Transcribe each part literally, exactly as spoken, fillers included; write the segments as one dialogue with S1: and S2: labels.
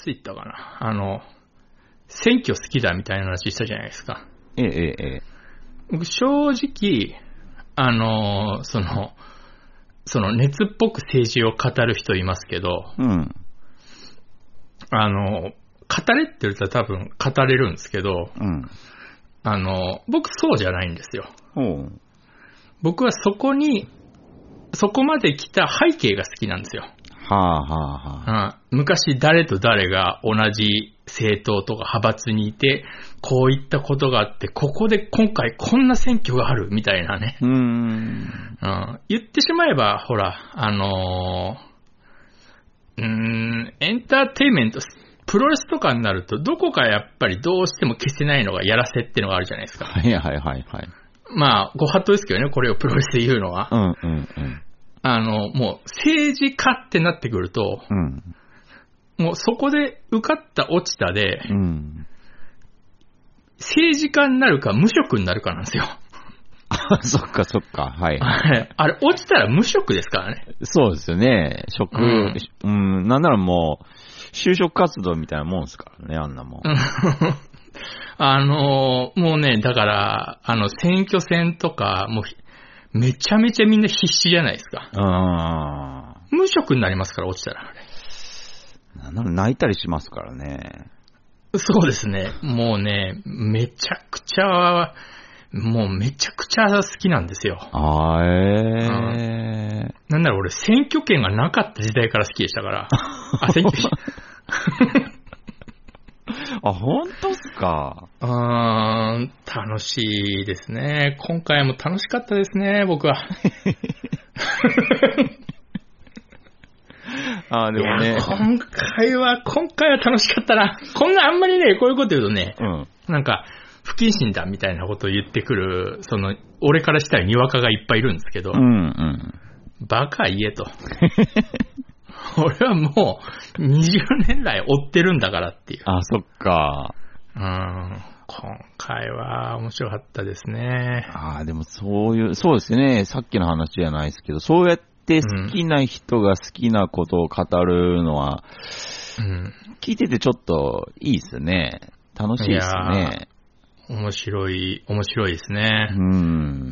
S1: 言ったかな。あの、選挙好きだみたいな話したじゃないですか。
S2: ええ、ええ。
S1: 僕、正直、あの、その、その熱っぽく政治を語る人いますけど、
S2: うん。
S1: あの、語れって言ったら多分語れるんですけど、
S2: うん。
S1: あの、僕そうじゃないんですよ。
S2: ほう。
S1: 僕はそこに、そこまで来た背景が好きなんですよ。
S2: はあはあはあ。
S1: うん、昔誰と誰が同じ政党とか派閥にいて、こういったことがあって、ここで今回こんな選挙があるみたいなね。
S2: うーん。
S1: うん、言ってしまえば、ほら、あのー、うーん、エンターテインメント、プロレスとかになると、どこかやっぱりどうしても消せないのがやらせっていうのがあるじゃないですか。
S2: はいはいはいはい。
S1: まあ、ご法度ですけどね、これをプロレスで言うのは。
S2: うんうんうん。
S1: あの、もう政治家ってなってくると、
S2: うん。
S1: もうそこで受かった落ちたで、
S2: うん。
S1: 政治家になるか無職になるかなんですよ。
S2: あ、そっかそっか。はい。
S1: あれ、落ちたら無職ですからね。
S2: そうですよね。職、
S1: うん、
S2: うん、なんならもう、就職活動みたいなもんですからね、あんなもん。
S1: あの、もうね、だから、あの、選挙戦とか、もう、めちゃめちゃみんな必死じゃないですか。
S2: ああ。
S1: 無職になりますから、落ちたら。
S2: なんなら泣いたりしますからね。
S1: そうですね。もうね、めちゃくちゃ、もうめちゃくちゃ好きなんですよ。
S2: あー、えー。
S1: なんなら俺、選挙権がなかった時代から好きでしたから。あ、選挙権。
S2: あ、ほんとっすか。
S1: うーん、楽しいですね。今回も楽しかったですね、僕は。
S2: あー、でもね。
S1: 今回は、今回は楽しかったな。こんなあんまりね、こういうこと言うとね、
S2: うん、
S1: なんか、不謹慎だみたいなことを言ってくる、その、俺からしたらにわかがいっぱいいるんですけど、
S2: うんうん、
S1: バカ言えと。俺はもうにじゅうねん来追ってるんだからっていう。
S2: あ、そっか。
S1: うん。今回は面白かったですね。
S2: ああ、でもそういう、そうですね。さっきの話じゃないですけど、そうやって好きな人が好きなことを語るのは、うん、聞いててちょっといいですね。楽しいですね。
S1: 面白い、面白いですね。
S2: うん。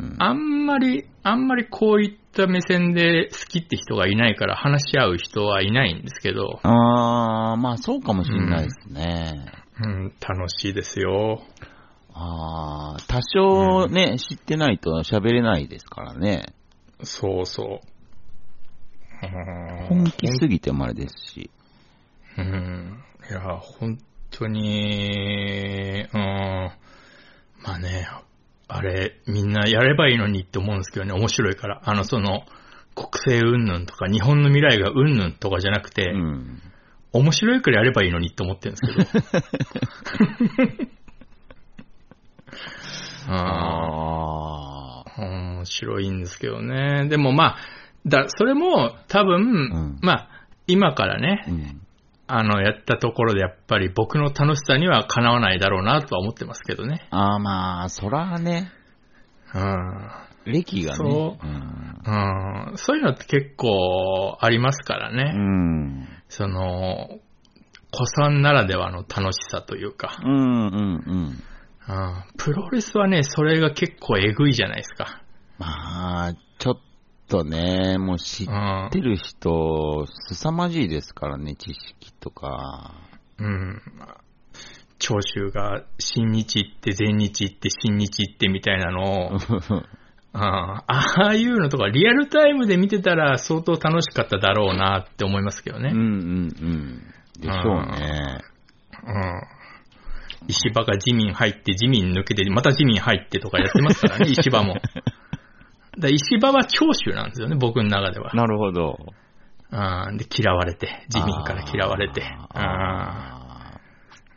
S1: あんまり、あんまりこういった目線で好きって人がいないから話し合う人はいないんですけど。
S2: ああ、まあそうかもしれないですね。
S1: うん、うん、楽しいですよ。
S2: ああ、多少ね、うん、知ってないと喋れないですからね。
S1: そうそう。
S2: 本気すぎてもあれですし。
S1: うん。いや、本当に、うん。まあね、あれ、みんなやればいいのにって思うんですけどね、面白いから。あの、その、国政云々とか、日本の未来が云々とかじゃなくて、うん、面白いからやればいいのにって思ってるんですけど。ああ、面白いんですけどね。でもまあ、だそれも多分、うん、まあ、今からね、うん、あの、やったところでやっぱり僕の楽しさにはかなわないだろうなとは思ってますけどね。
S2: ああ、まあ、そらね。
S1: うん。
S2: 歴がね。
S1: そう、うん、うん。そういうのって結構ありますからね。うん。その、子さんならではの楽しさというか。
S2: うんうんうん。
S1: うん、プロレスはね、それが結構えぐいじゃないですか。
S2: まあ、ちょっとね、もう知ってる人、凄まじいですからね、知識とか。
S1: うん。長州が新日行って、全日行って、新日行ってみたいなのを、あ, ああいうのとか、リアルタイムで見てたら相当楽しかっただろうなって思いますけどね。
S2: うんうんうん。でしょうね。
S1: うん。石破が自民入って、自民抜けて、また自民入ってとかやってますからね、石破も。だ石破は長州なんですよね、僕の中では。
S2: なるほど。
S1: あで嫌われて、自民から嫌われて。ああ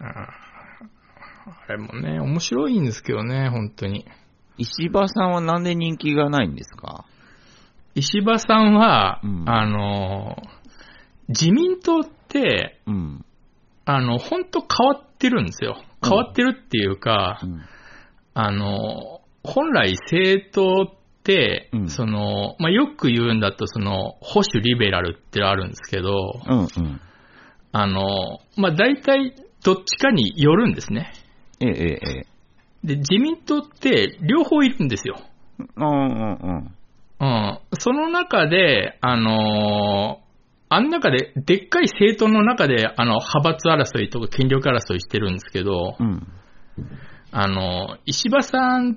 S1: あれもね、面白いんですけどね、本当に。
S2: 石破さんはなんで人気がないんですか？
S1: 石破さんは、うん、あの、自民党って、うん、あの、本当変わってるんですよ。変わってるっていうか、うん、あの、本来政党って、うん、その、まあ、よく言うんだと、その、保守リベラルってあるんですけど、うんうん、 あの、まあ、大体どっちかによるんですね。
S2: ええ、ええ。
S1: で、自民党って両方いるんですよ。
S2: うんうんうん。
S1: うん。その中で、あのー、あの中で、でっかい政党の中で、あの、派閥争いとか権力争いしてるんですけど、
S2: うん、
S1: あの、石破さんって、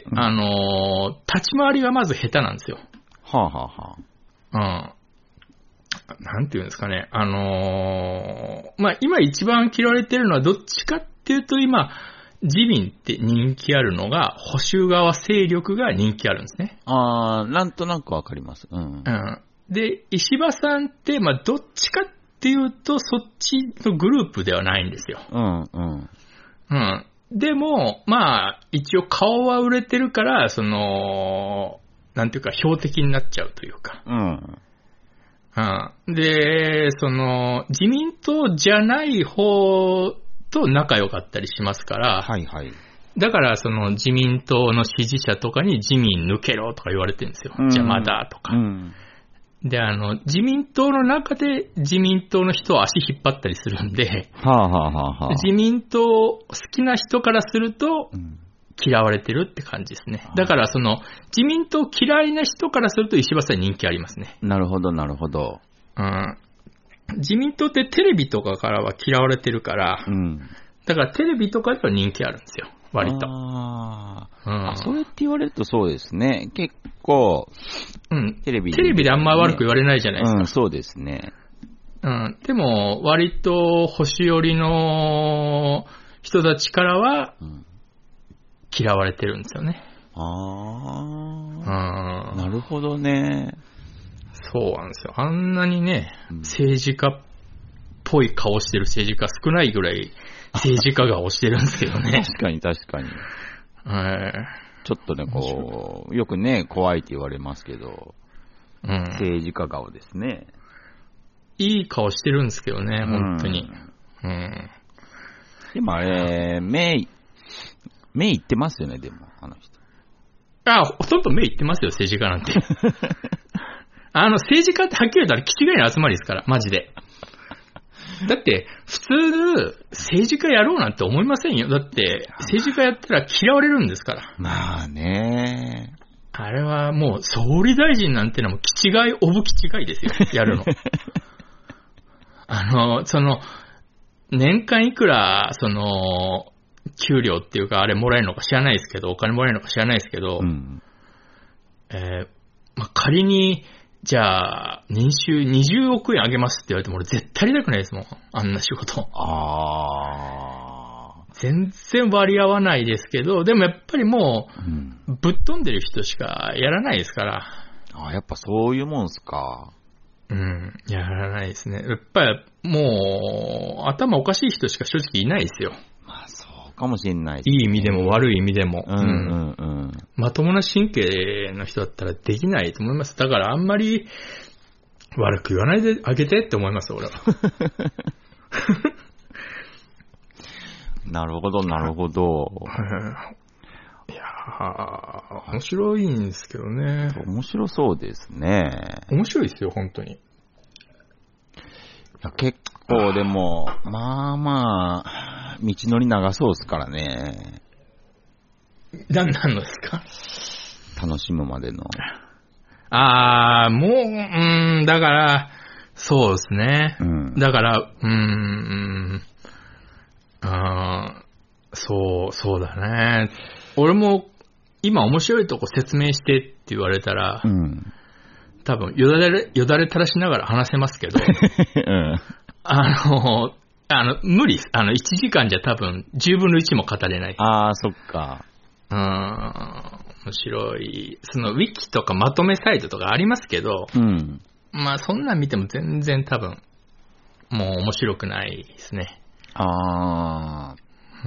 S1: うん、あの、立ち回りがまず下手なんですよ。
S2: はあ、はあは
S1: あ、うん。なんていうんですかね。あのー、まあ、今一番嫌われてるのはどっちかっていうと今、自民って人気あるのが、保守側勢力が人気あるんですね。
S2: ああ、なんとなくわかります。うん。
S1: うん。で、石破さんって、まあ、どっちかっていうと、そっちのグループではないんですよ。
S2: うん、うん。
S1: うん。でも、まあ、一応顔は売れてるから、その、なんていうか、標的になっちゃうというか。
S2: うん。
S1: うん。で、その、自民党じゃない方と仲良かったりしますから、
S2: はいはい。
S1: だから、その自民党の支持者とかに自民抜けろとか言われてるんですよ。邪魔だとか。
S2: うん
S1: で、あの、自民党の中で自民党の人を足引っ張ったりするんで、
S2: はあはあはあはあ、
S1: 自民党好きな人からすると嫌われてるって感じですね。だからその、自民党嫌いな人からすると石破さん人気ありますね。
S2: なるほど、なるほど。
S1: うん。自民党ってテレビとかからは嫌われてるから、うん、だからテレビとかでは人気あるんですよ。割と。
S2: あ、
S1: うん、
S2: あ、そうやって言われるとそうですね。結構、
S1: うん、テレビ、テレビであんま悪く言われないじゃないですか。
S2: うん、そうですね。
S1: うん、でも、割と保守寄りの人たちからは嫌われてるんですよね。
S2: うん、ああ、なるほどね。
S1: そうなんですよ。あんなにね、政治家っぽい顔してる政治家少ないぐらい政治家顔してるんですけどね。
S2: 確かに確かに。
S1: えー、
S2: ちょっとね、こう、よくね、怖いって言われますけど、うん、政治家顔ですね。
S1: いい顔してるんですけどね、本当に。うん。うん、
S2: でもあれ、目、目いってますよね、でも、あの人。
S1: あ、ほとんど目いってますよ、政治家なんて。あの、政治家ってはっきり言ったら気違いの集まりですから、マジで。だって、普通、政治家やろうなんて思いませんよ。だって、政治家やったら嫌われるんですから。
S2: まあね。
S1: あれはもう、総理大臣なんてのも気違い、オブ気違いですよ、やるの。あの、その、年間いくら、その、給料っていうか、あれもらえるのか知らないですけど、お金もらえるのか知らないですけど、うん、えー、まあ、仮に、じゃあ、年収にじゅうおくえんあげますって言われても俺絶対やりたくないですもん。あんな仕事。
S2: ああ。
S1: 全然割り合わないですけど、でもやっぱりもう、ぶっ飛んでる人しかやらないですから。
S2: ああ、やっぱそういうもんすか。
S1: うん、やらないですね。やっぱりもう、頭おかしい人しか正直いないですよ。
S2: まあそうかもしれない、
S1: ね。いい意味でも悪い意味でも。
S2: うんうんうん。
S1: まともな神経の人だったらできないと思います。だからあんまり悪く言わないであげてって思います、俺は。
S2: なるほど、なるほど。
S1: いやー、面白いんですけどね。
S2: 面白そうですね。
S1: 面白いですよ、本当に。い
S2: や結構でも、まあまあ、道のり長そうですからね。
S1: 何のですか？
S2: 楽しむまでの。
S1: あー、もう、うーん、だから、そうですね。
S2: うん、
S1: だから、うーん、あー、そう、そうだね。俺も今面白いとこ説明してって言われたら、うん、多分よだれ、よだれ垂らしながら話せますけど、うん、あの、あの、無理です。あの、いちじかんじゃ多分じゅうぶんのいちも語れない。
S2: ああ、そっか。
S1: うーん、面白い。そのウィキとかまとめサイトとかありますけど、うん、まあそんなん見ても全然多分もう面白くないですね。
S2: ああ、
S1: うん、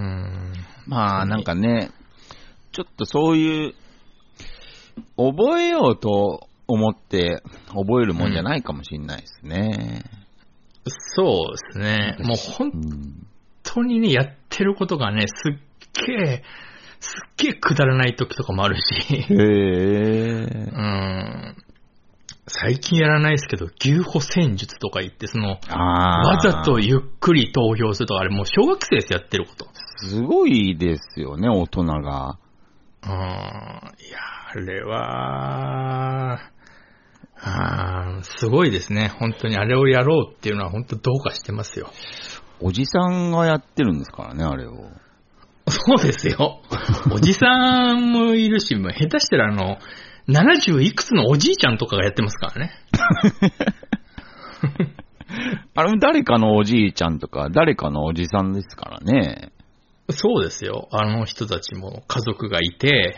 S2: まあなんかね、ちょっとそういう、覚えようと思って覚えるもんじゃないかもしれないですね。
S1: うん、そうですね。もう本当にね、やってることがね、すっげえ、すっげえくだらない時とかもあるし。
S2: へー。
S1: うん。 最近やらないですけど、牛歩戦術とか言って、その、わざとゆっくり投票するとか、あれもう小学生ですやってること。
S2: すごいですよね、大人が。
S1: うん、いや、あれは、あすごいですね。本当にあれをやろうっていうのは本当どうかしてますよ。
S2: おじさんがやってるんですからね、あれを。
S1: そうですよ。おじさんもいるし、下手したらあの、ななじゅういくつのおじいちゃんとかがやってますからね。
S2: あれも誰かのおじいちゃんとか、誰かのおじさんですからね。
S1: そうですよ。あの人たちも家族がいて、うん、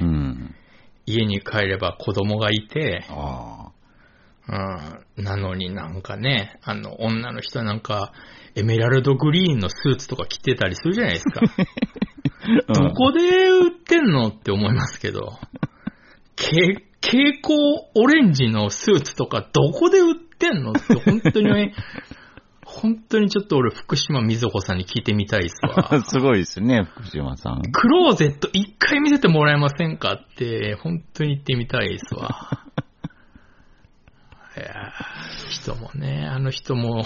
S1: 家に帰れば子供がいて、あうん、なのになんかね、あの、女の人なんか、エメラルドグリーンのスーツとか着てたりするじゃないですか。うん、どこで売ってんのって思いますけど、蛍光オレンジのスーツとかどこで売ってんのって本当に、ね、本当にちょっと俺福島みずほさんに聞いてみたいですわ。
S2: すごいですね、福島さん。
S1: クローゼット一回見せてもらえませんかって本当に言ってみたいですわ。いや人もね、あの人も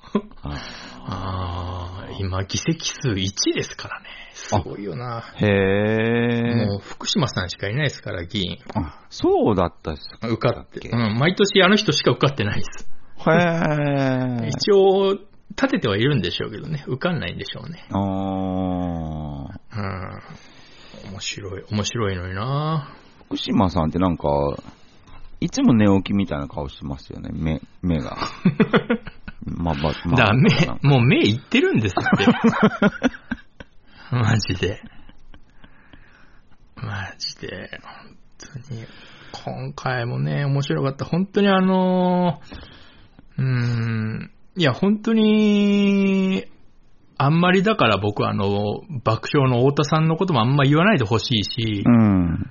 S1: あ今議席数いちですからね。すごいよな。
S2: へー。
S1: もう福島さんしかいないですから、議員。
S2: あ、そうだったっす
S1: 受かって。うん、毎年あの人しか受かってないです。
S2: へー。
S1: 一応、立ててはいるんでしょうけどね。受かんないんでしょうね。
S2: あー。
S1: うん。面白い、面白いのにな。
S2: 福島さんってなんか、いつも寝起きみたいな顔してますよね、目、目が。まあ、まあ、まあ。
S1: だ、目、もう目いってるんですって。マジで。マジで。本当に。今回もね、面白かった。本当にあの、うーん、いや、本当に、あんまりだから僕はあの、爆笑の太田さんのこともあんま言わないでほしいし、うん。うん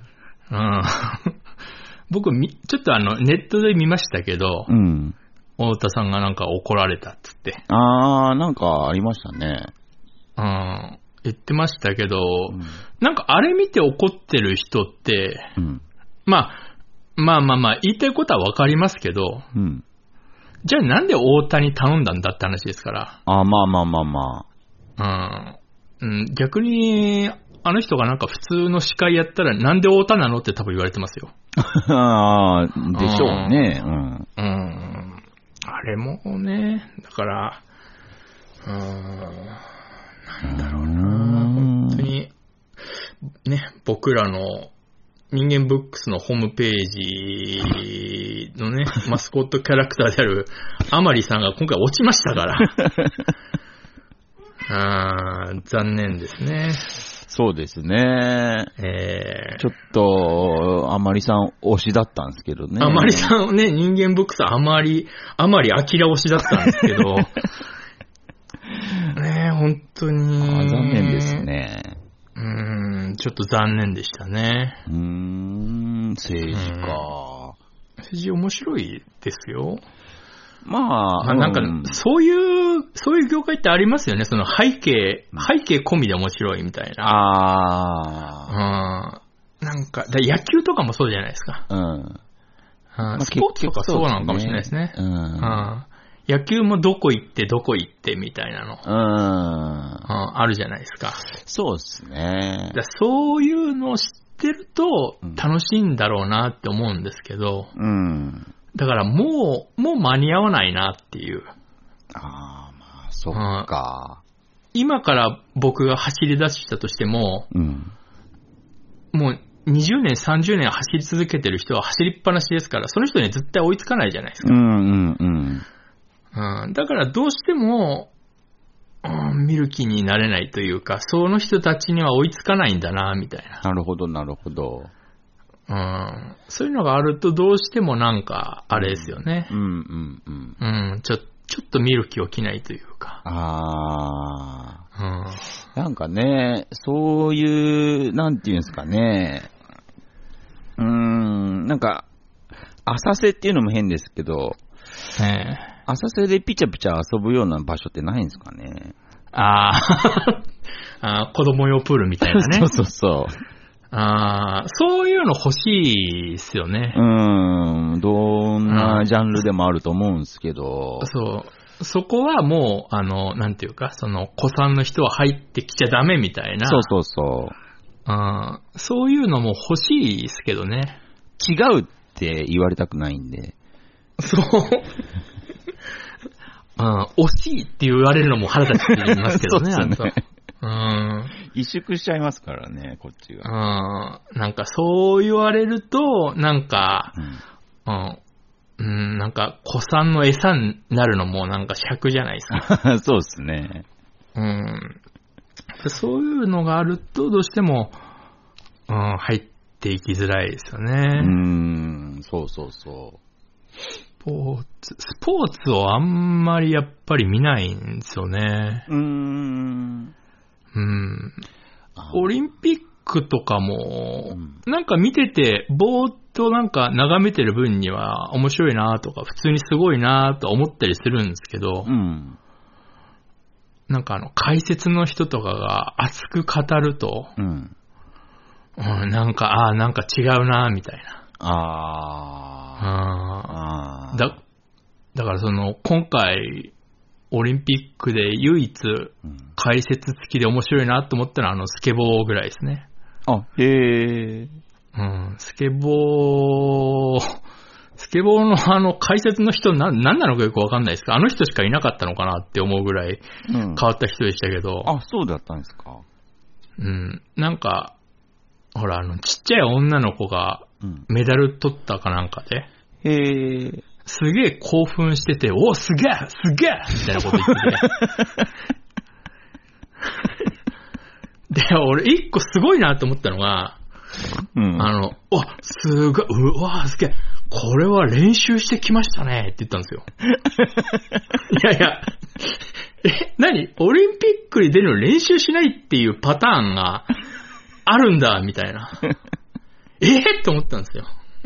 S1: 僕、ちょっとあの、ネットで見ましたけど、うん、太田さんがなんか怒られたっつって。
S2: あー、なんかありましたね。
S1: うん、言ってましたけど、うん、なんかあれ見て怒ってる人って、うん、まあ、まあまあまあ、言いたいことはわかりますけど、うん、じゃあなんで太田に頼んだんだって話ですから。
S2: あー、まあまあまあまあ。
S1: うん。うん、逆に、あの人がなんか普通の司会やったらなんで太田なのって多分言われてますよ。
S2: ああ、でしょうね。うん。
S1: うん。あれもね、だから、うーん、なんだろうな。本当に、ね、僕らの人間ブックスのホームページのね、マスコットキャラクターであるあまりさんが今回落ちましたから。あー、残念ですね。
S2: そうですね。
S1: えー、
S2: ちょっと、あまりさん推しだったんですけどね。
S1: あまりさんね、人間ブックスあまり、あまりアキラ推しだったんですけど、ねえ、本当に。
S2: あ、残念ですね。
S1: うーん、ちょっと残念でしたね。
S2: うーん、政治か。
S1: 政治面白いですよ。
S2: まあ、
S1: まあ、なんか、そういう、そういう業界ってありますよね。その背景、背景込みで面白いみたいな。
S2: あ
S1: あ。うん。なんか、だ野球とかもそうじゃないですか。うん。まあ、スポーツとかそうなのかもしれないですね。うん。うん、野球もどこ行ってどこ行ってみたいなの。うん。うん、あるじゃないですか。
S2: そうですね。
S1: だそういうのを知ってると楽しいんだろうなって思うんですけど。うん。だからもう、もう間に合わないなっていう。
S2: ああ、まあ、そっか、
S1: うん。今から僕が走り出したとしても、うん、もうにじゅうねん、さんじゅうねん走り続けてる人は走りっぱなしですから、その人には絶対追いつかないじゃないですか。うんうんうんうん、だからどうしても、うん、見る気になれないというか、その人たちには追いつかないんだな、みたいな。
S2: なるほど、なるほど。
S1: うん、そういうのがあるとどうしてもなんかあれですよね。うんうんうん。うん、ちょちょっと見る気起きないというか。
S2: ああ。うん。なんかね、そういうなんていうんですかね。うーん、なんか浅瀬っていうのも変ですけど、ええ、浅瀬でピチャピチャ遊ぶような場所ってないんですかね。
S1: ああ、あ子供用プールみたいなね。
S2: そうそうそう。
S1: あそういうの欲しいですよね。
S2: うーん、どんなジャンルでもあると思うんですけど。
S1: そう。そこはもう、あの、なんていうか、その、古参の人は入ってきちゃダメみたいな。
S2: そうそうそう。
S1: あそういうのも欲しいですけどね。
S2: 違うって言われたくないんで。
S1: そう。うん、惜しいって言われるのも腹立ちって言いますけどね、
S2: そうですね。
S1: あん
S2: 萎縮しちゃいますからね、こっちが。
S1: うん。なんかそう言われると、なんか、うん、うんうん、なんか、古参の餌になるのもなんか尺じゃないですか。
S2: そうですね。
S1: うん。そういうのがあると、どうしても、うん、入っていきづらいですよね。
S2: うーん、そうそうそう。
S1: スポーツ、スポーツをあんまりやっぱり見ないんですよね。
S2: うーん。
S1: うん。オリンピックとかも、うん、なんか見てて、ぼーっとなんか眺めてる分には面白いなとか、普通にすごいなと思ったりするんですけど、
S2: うん、
S1: なんかあの、解説の人とかが熱く語ると、
S2: うん
S1: うん、なんか、ああ、なんか違うなみたいな。
S2: あ
S1: ああ。だ、だからその、今回、オリンピックで唯一、解説付きで面白いなと思ったのは、あの、スケボーぐらいですね。
S2: あ、へえ。
S1: うん、スケボー、スケボーのあの解説の人な、なんなのかよくわかんないですか？あの人しかいなかったのかなって思うぐらい変わった人でしたけど。
S2: うん、あ、そうだったんですか。
S1: うん、なんか、ほら、あの、ちっちゃい女の子がメダル取ったかなんかで、
S2: うん、へえ。
S1: すげえ興奮してて、お、すげえすげえみたいなこと言ってて。で、俺一個すごいなと思ったのが、うん、あの、わ、すごい、うわ、すげえ、これは練習してきましたねって言ったんですよ。いやいや、え、何？オリンピックに出るの練習しないっていうパターンがあるんだ、みたいな。えー、と思ったんですよ。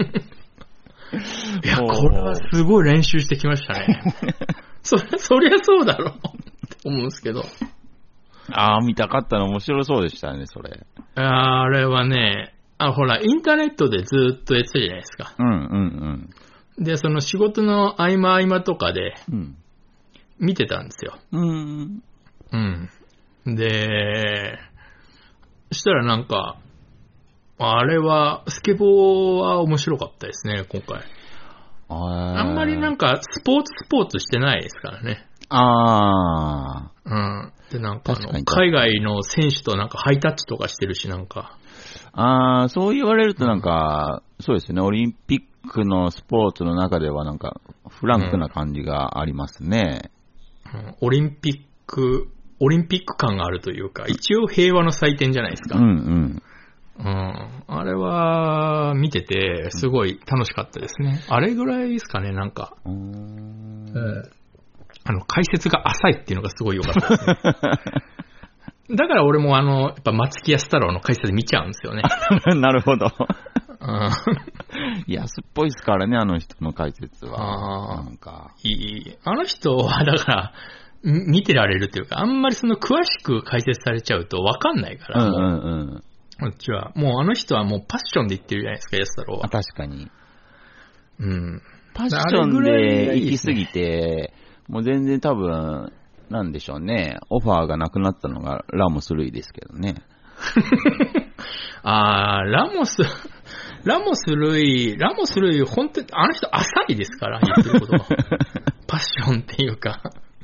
S1: いや、これはすごい練習してきましたね。そ、そりゃそうだろうって思うんですけど。
S2: ああ、見たかったの面白そうでしたね、それ。
S1: あれはね、あ、ほら、インターネットでずっとやってたじゃないですか。
S2: うんうん
S1: うん。で、その仕事の合間合間とかで、見てたんですよ。
S2: うん。
S1: うん。で、そしたらなんか、あれは、スケボーは面白かったですね、今回。あんまりなんか、スポーツスポーツしてないですからね。
S2: ああ。
S1: うん。で、なんかあの、海外の選手となんかハイタッチとかしてるし、なんか。
S2: ああ、そう言われるとなんか、うん、そうですね、オリンピックのスポーツの中ではなんか、フランクな感じがありますね。
S1: うん、オリンピック、オリンピック感があるというか、一応平和の祭典じゃないですか。
S2: うんうん。
S1: うん。あれは、見てて、すごい楽しかったですね。あれぐらいですかね、なんか。うーん。あの、解説が浅いっていうのがすごい良かったですね。だから俺もあの、やっぱ松木安太郎の解説見ちゃうんですよね。
S2: なるほど。
S1: うん、
S2: 安っぽいですからね、あの人の解説
S1: は。
S2: あなんか。
S1: いい。あの人は、だから、見てられるというか、あんまりその詳しく解説されちゃうと分かんないから。
S2: うんうんうん。
S1: こっちは。もうあの人はもうパッションで言ってるじゃないですか、安太郎は。
S2: あ、確かに。
S1: うん。
S2: パッションで行き過ぎて、もう全然多分、なんでしょうね。オファーがなくなったのがラモス・ルイですけどね。
S1: あー、ラモス、ラモス・ルイ、ラモス・ルイ、本当に、あの人浅いですから、言ってることが。パッションっていうか。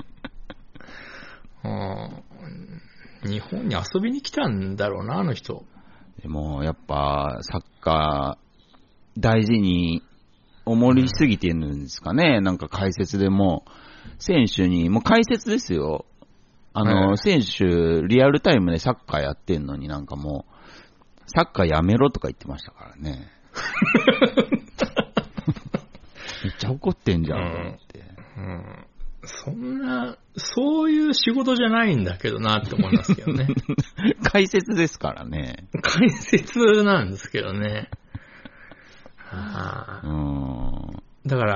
S1: 日本に遊びに来たんだろうな、あの人。
S2: でも、やっぱ、サッカー、大事に思いすぎてるんですかね。うん、なんか解説でも、選手に、もう解説ですよ。あの、はい、選手、リアルタイムでサッカーやってんのになんかもう、サッカーやめろとか言ってましたからね。めっちゃ怒ってんじゃん、と思って。
S1: うんうんそんな、そういう仕事じゃないんだけどなって思いますけどね。
S2: 解説ですからね。
S1: 解説なんですけどね。はあ、うんだから、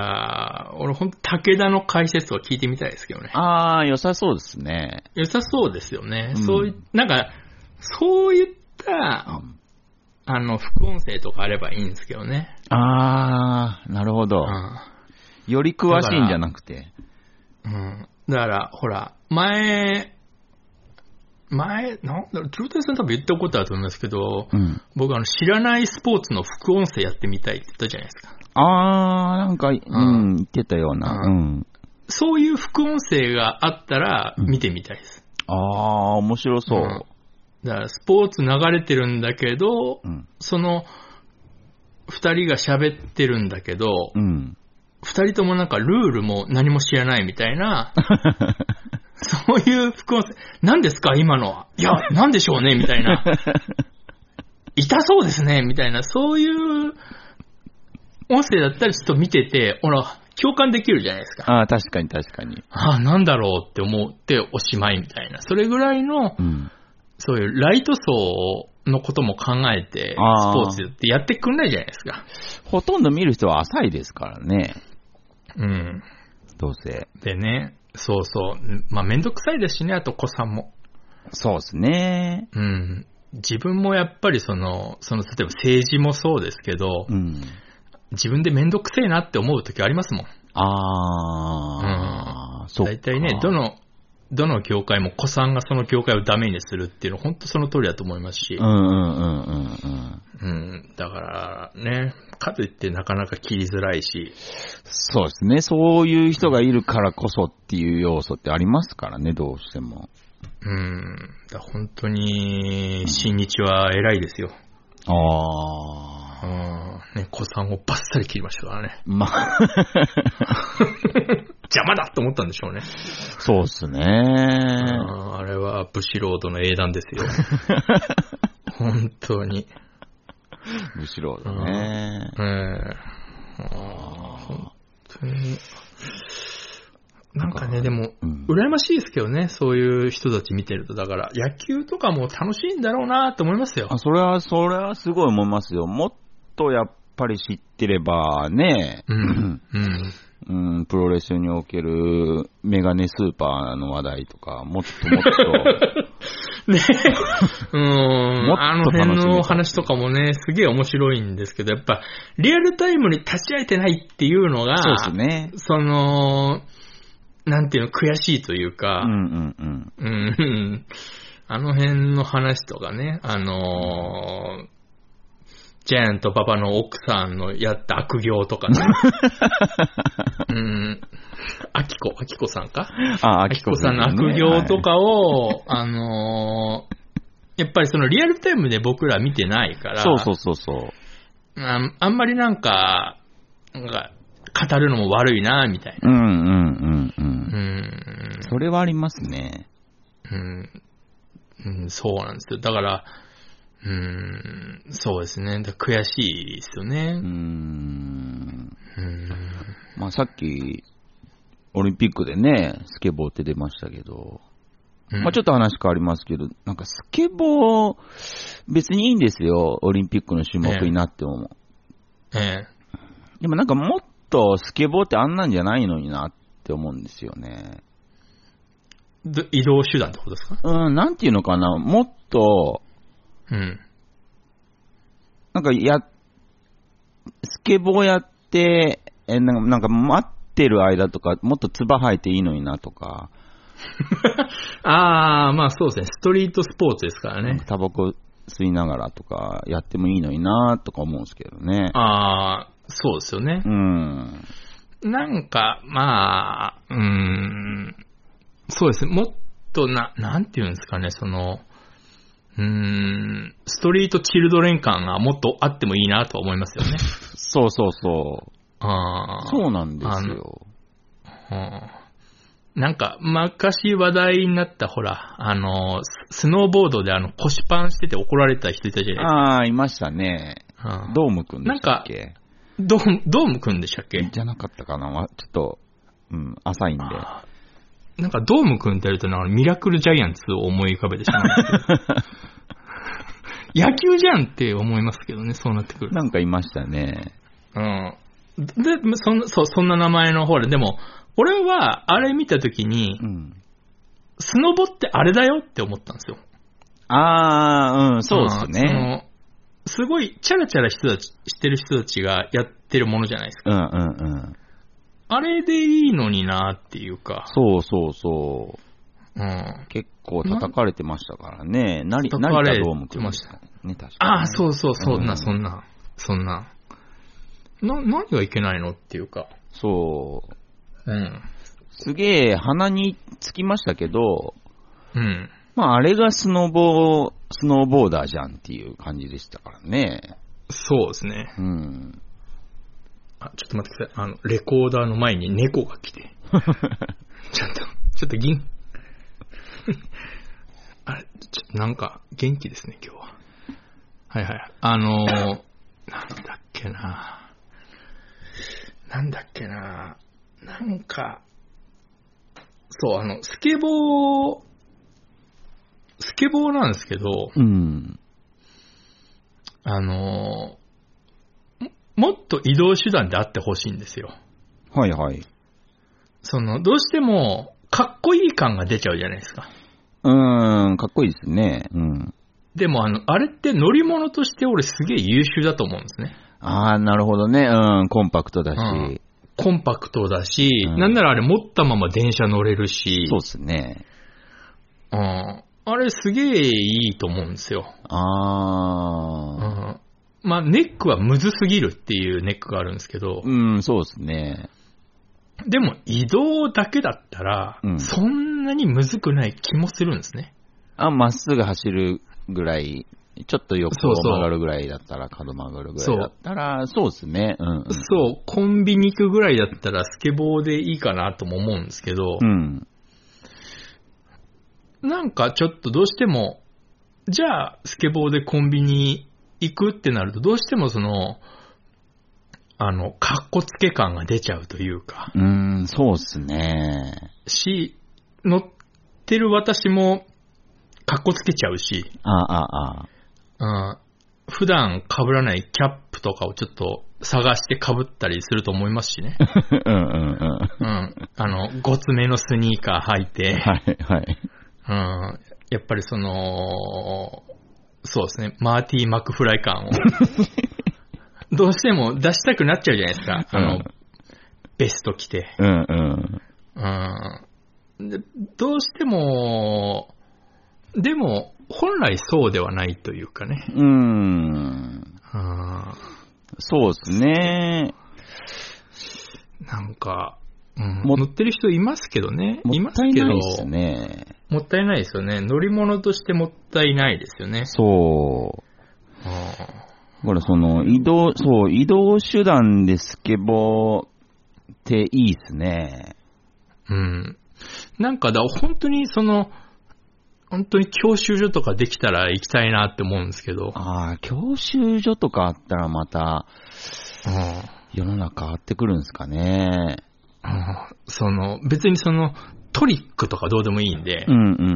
S1: 俺ほんと武田の解説を聞いてみたいですけどね。
S2: ああ、良さそうですね。
S1: 良さそうですよね。うん、そうい、なんか、そういった、 あの、副音声とかあればいいんですけどね。
S2: あー、なるほど。うん、より詳しいんじゃなくて。
S1: うん。だから、ほら、前、前、なんだろう、トゥルーテイさん多分言ったことあると思いますけど、うん、僕あの、知らないスポーツの副音声やってみたいって言ったじゃないですか。
S2: あー、なんか、うん、うん、言ってたような、うん。
S1: そういう副音声があったら見てみたいです。
S2: うん、あー、面白そう。うん、
S1: だからスポーツ流れてるんだけど、うん、その二人が喋ってるんだけど、うん、二人ともなんかルールも何も知らないみたいな、そういう副音声、何ですか今のは。いや、何でしょうねみたいな。痛そうですねみたいな、そういう音声だったらちょっと見てて、ほら、共感できるじゃないですか。
S2: ああ、確かに確かに。
S1: ああ、なんだろうって思っておしまいみたいな。それぐらいの、うん、そういうライト層のことも考えて、スポーツってやってくんないじゃないですか。
S2: ほとんど見る人は浅いですからね。
S1: うん。
S2: どうせ。
S1: でね、そうそう。まあ、めんどくさいですしね、あと子さんも。
S2: そうですね。
S1: うん。自分もやっぱりその、その、例えば政治もそうですけど、うん、自分でめんどくせえなって思うときありますもん。
S2: ああ、うん、そう。
S1: 大体ね、どの、どの業界も子さんがその業界をダメにするっていうのは本当その通りだと思いますし。
S2: うんうんうんうんうん。
S1: うん。だからね、かといってなかなか切りづらいし。
S2: そうですね。そういう人がいるからこそっていう要素ってありますからね、どうしても。
S1: うん。だ本当に、新日は偉いですよ。
S2: うん、ああ。
S1: うん。ね、子さんをバッサリ切りましたからね。
S2: まあ。
S1: 邪魔だと思ったんでしょうね。
S2: そうっすね。
S1: あ, あれはブシロードの英断ですよ。本当に。
S2: ブシロードね。
S1: ええー、本当に。なんかね、でも、うん、羨ましいですけどね、そういう人たち見てると。だから、野球とかも楽しいんだろうなと思いますよ。
S2: あ、それは、それはすごい思いますよ。もっとやっぱり知ってればね、うん。うんうん、プロレスにおけるメガネスーパーの話題とか、もっともっと。
S1: ねうん。あの辺の話とかもね、すげえ面白いんですけど、やっぱ、リアルタイムに立ち会えてないっていうのが、
S2: そうですね。
S1: その、なんていうの、悔しいというか、
S2: うんうんうん。
S1: うん。あの辺の話とかね、あのー、ジャイアントパパの奥さんのやった悪行とかね。うん。アキコ、アキコさんか
S2: あ、
S1: アキコさんの悪行とかを、はい、あのー、やっぱりそのリアルタイムで僕ら見てないから、
S2: そうそうそうそう。
S1: あ, あんまりなんか、なんか、語るのも悪いな、みたいな。
S2: うんうんうんうん。うん。それはありますね。
S1: うん。うん、そうなんですよ。だから、うーん、そうですね。だ悔しいですよね。うーん。
S2: うーんまあさっき、オリンピックでね、スケボーって出ましたけど、うん、まあちょっと話変わりますけど、なんかスケボー、別にいいんですよ。オリンピックの種目になっても。
S1: ええ。ええ、
S2: でもなんかもっとスケボーってあんなんじゃないのになって思うんですよね。
S1: 移動手段ってことですか？
S2: うん、なんていうのかな。もっと、
S1: うん。
S2: なんかや、スケボーやって、え、なんか待ってる間とか、もっと唾吐いていいのになとか。
S1: ああ、まあそうですね。ストリートスポーツですからね。
S2: タバコ吸いながらとかやってもいいのになとか思うんですけどね。
S1: ああ、そうですよね。
S2: うん。
S1: なんか、まあ、うーん、そうですね。もっとな、なんていうんですかね、その、うーん、ストリートチルドレン感がもっとあってもいいなと思いますよね。
S2: そうそうそう。
S1: ああ。
S2: そうなんですよ。
S1: うん、なんか、昔話題になったほら、あの、スノーボードであの腰パンしてて怒られた人いたじゃないですか。
S2: ああ、いましたね。うん、ドームくんでしたっけ？
S1: なんか、ドーム、ドームくんでしたっけ？
S2: じゃなかったかな。ちょっと、うん、浅いんで。
S1: なんかドームくんってやるとなんかミラクルジャイアンツを思い浮かべてしまう。野球じゃんって思いますけどね、そうなってくる。
S2: なんかいましたね。
S1: うん。で、そんな、そう、そんな名前のほら、でも、俺はあれ見たときに、うん、スノボってあれだよって思ったんですよ。
S2: ああ、うん、そうですね。
S1: すごいチャラチャラ人たちしてる人たちがやってるものじゃないですか。
S2: うんうんうん。
S1: あれでいいのになっていうか。
S2: そうそうそう。
S1: うん。
S2: 結構叩かれてましたからね。なり、
S1: 叩かれて
S2: 成田ドーム
S1: ました。
S2: ね、確かに。
S1: ああ、そうそう、そんな、
S2: うん、
S1: そんな、そんな。な、何がいけないのっていうか。
S2: そう。
S1: うん。
S2: すげえ鼻につきましたけど、
S1: うん。
S2: まああれがスノボー、スノーボーダーじゃんっていう感じでしたからね。
S1: そうですね。
S2: うん。
S1: あ、ちょっと待ってください。あの、レコーダーの前に猫が来て。ちょっと、ちょっと銀。あれ、ちょっとなんか元気ですね、今日は。はいはい。あのー、なんだっけな。なんだっけな。なんか、そう、あの、スケボー、スケボーなんですけど、
S2: うん。
S1: あのー、もっと移動手段であってほしいんですよ。
S2: はいはい。
S1: その、どうしても、かっこいい感が出ちゃうじゃないですか。
S2: うーん、かっこいいですね。うん。
S1: でも、あの、あれって乗り物として俺すげえ優秀だと思うんですね。
S2: ああ、なるほどね。うん、コンパクトだし。うん、
S1: コンパクトだし、うん、なんならあれ持ったまま電車乗れるし。
S2: そうですね。
S1: うん。あれすげえいいと思うんですよ。
S2: ああ。
S1: うん。まあ、ネックはむずすぎるっていうネックがあるんですけど。
S2: うん、そうですね。
S1: でも移動だけだったら、うん、そんなにむずくない気もするんですね。
S2: あ、まっすぐ走るぐらい、ちょっと横を曲がるぐらいだったら、角曲がるぐらいだったら、そうですね、うんうん。
S1: そう、コンビニ行くぐらいだったらスケボーでいいかなとも思うんですけど、
S2: うん、
S1: なんかちょっとどうしても、じゃあスケボーでコンビニ行くってなると、どうしてもその、あの、かっこつけ感が出ちゃうというか。
S2: うーん、そうっすね。
S1: し、乗ってる私も、かっこつけちゃうし。
S2: ああ、ああ。
S1: うん、普段被らないキャップとかをちょっと探して被ったりすると思いますしね。
S2: うんうんうん。
S1: うん。あの、ごつめのスニーカー履いて。
S2: はいはい。
S1: うん。やっぱりその、そうですね、マーティー・マクフライ感を。どうしても出したくなっちゃうじゃないですか。あの、うん、ベスト着て。
S2: うんうん。
S1: うん。で、どうしても、でも、本来そうではないというかね。
S2: うーん。そうですね。
S1: なんか、うん、乗ってる人いますけどね。いますけど。
S2: もったいないですね。
S1: もったいないですよね。乗り物としてもったいないですよね。
S2: そう。だからその移動、そう、移動手段でスケボーっていいっすね。
S1: うん。なんかだ、本当にその、本当に教習所とかできたら行きたいなって思うんですけど。
S2: ああ、教習所とかあったらまた、うん、世の中変わってくるんですかね。
S1: うん、その、別にその、トリックとかどうでもいいんで。
S2: うんうんうん。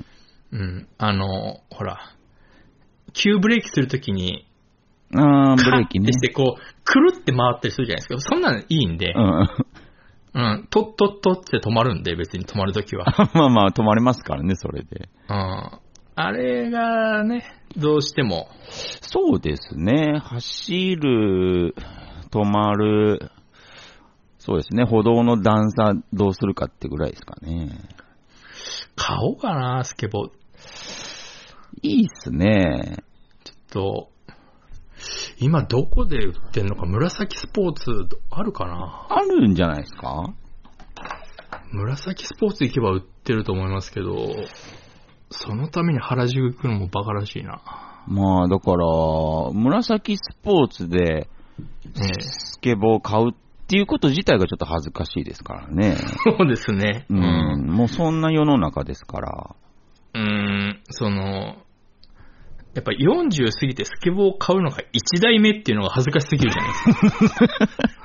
S1: うん。あの、ほら、急ブレーキするときに、
S2: ああ、ブレーキね。
S1: カッてしてこう、くるって回ったりするじゃないですか。そんなのいいんで。
S2: うん
S1: うん、とっとっとって止まるんで、別に止まるときは。
S2: まあまあ、止まりますからね、それで。
S1: うん。あれがね、どうしても。
S2: そうですね。走る、止まる、そうですね。歩道の段差どうするかってぐらいですかね。
S1: 買おうかな、スケボー。
S2: いいっすね。
S1: ちょっと、今どこで売ってんのか、紫スポーツあるかな？
S2: あるんじゃないですか？
S1: 紫スポーツ行けば売ってると思いますけど、そのために原宿行くのもバカらしいな。
S2: まあだから、紫スポーツでスケボーを買うっていうこと自体がちょっと恥ずかしいですからね。
S1: そうですね。
S2: うん。うん、もうそんな世の中ですから。
S1: うーん、その、やっぱりよんじゅう過ぎてスケボーを買うのがいちだいめっていうのが恥ずかしすぎるじゃないですか。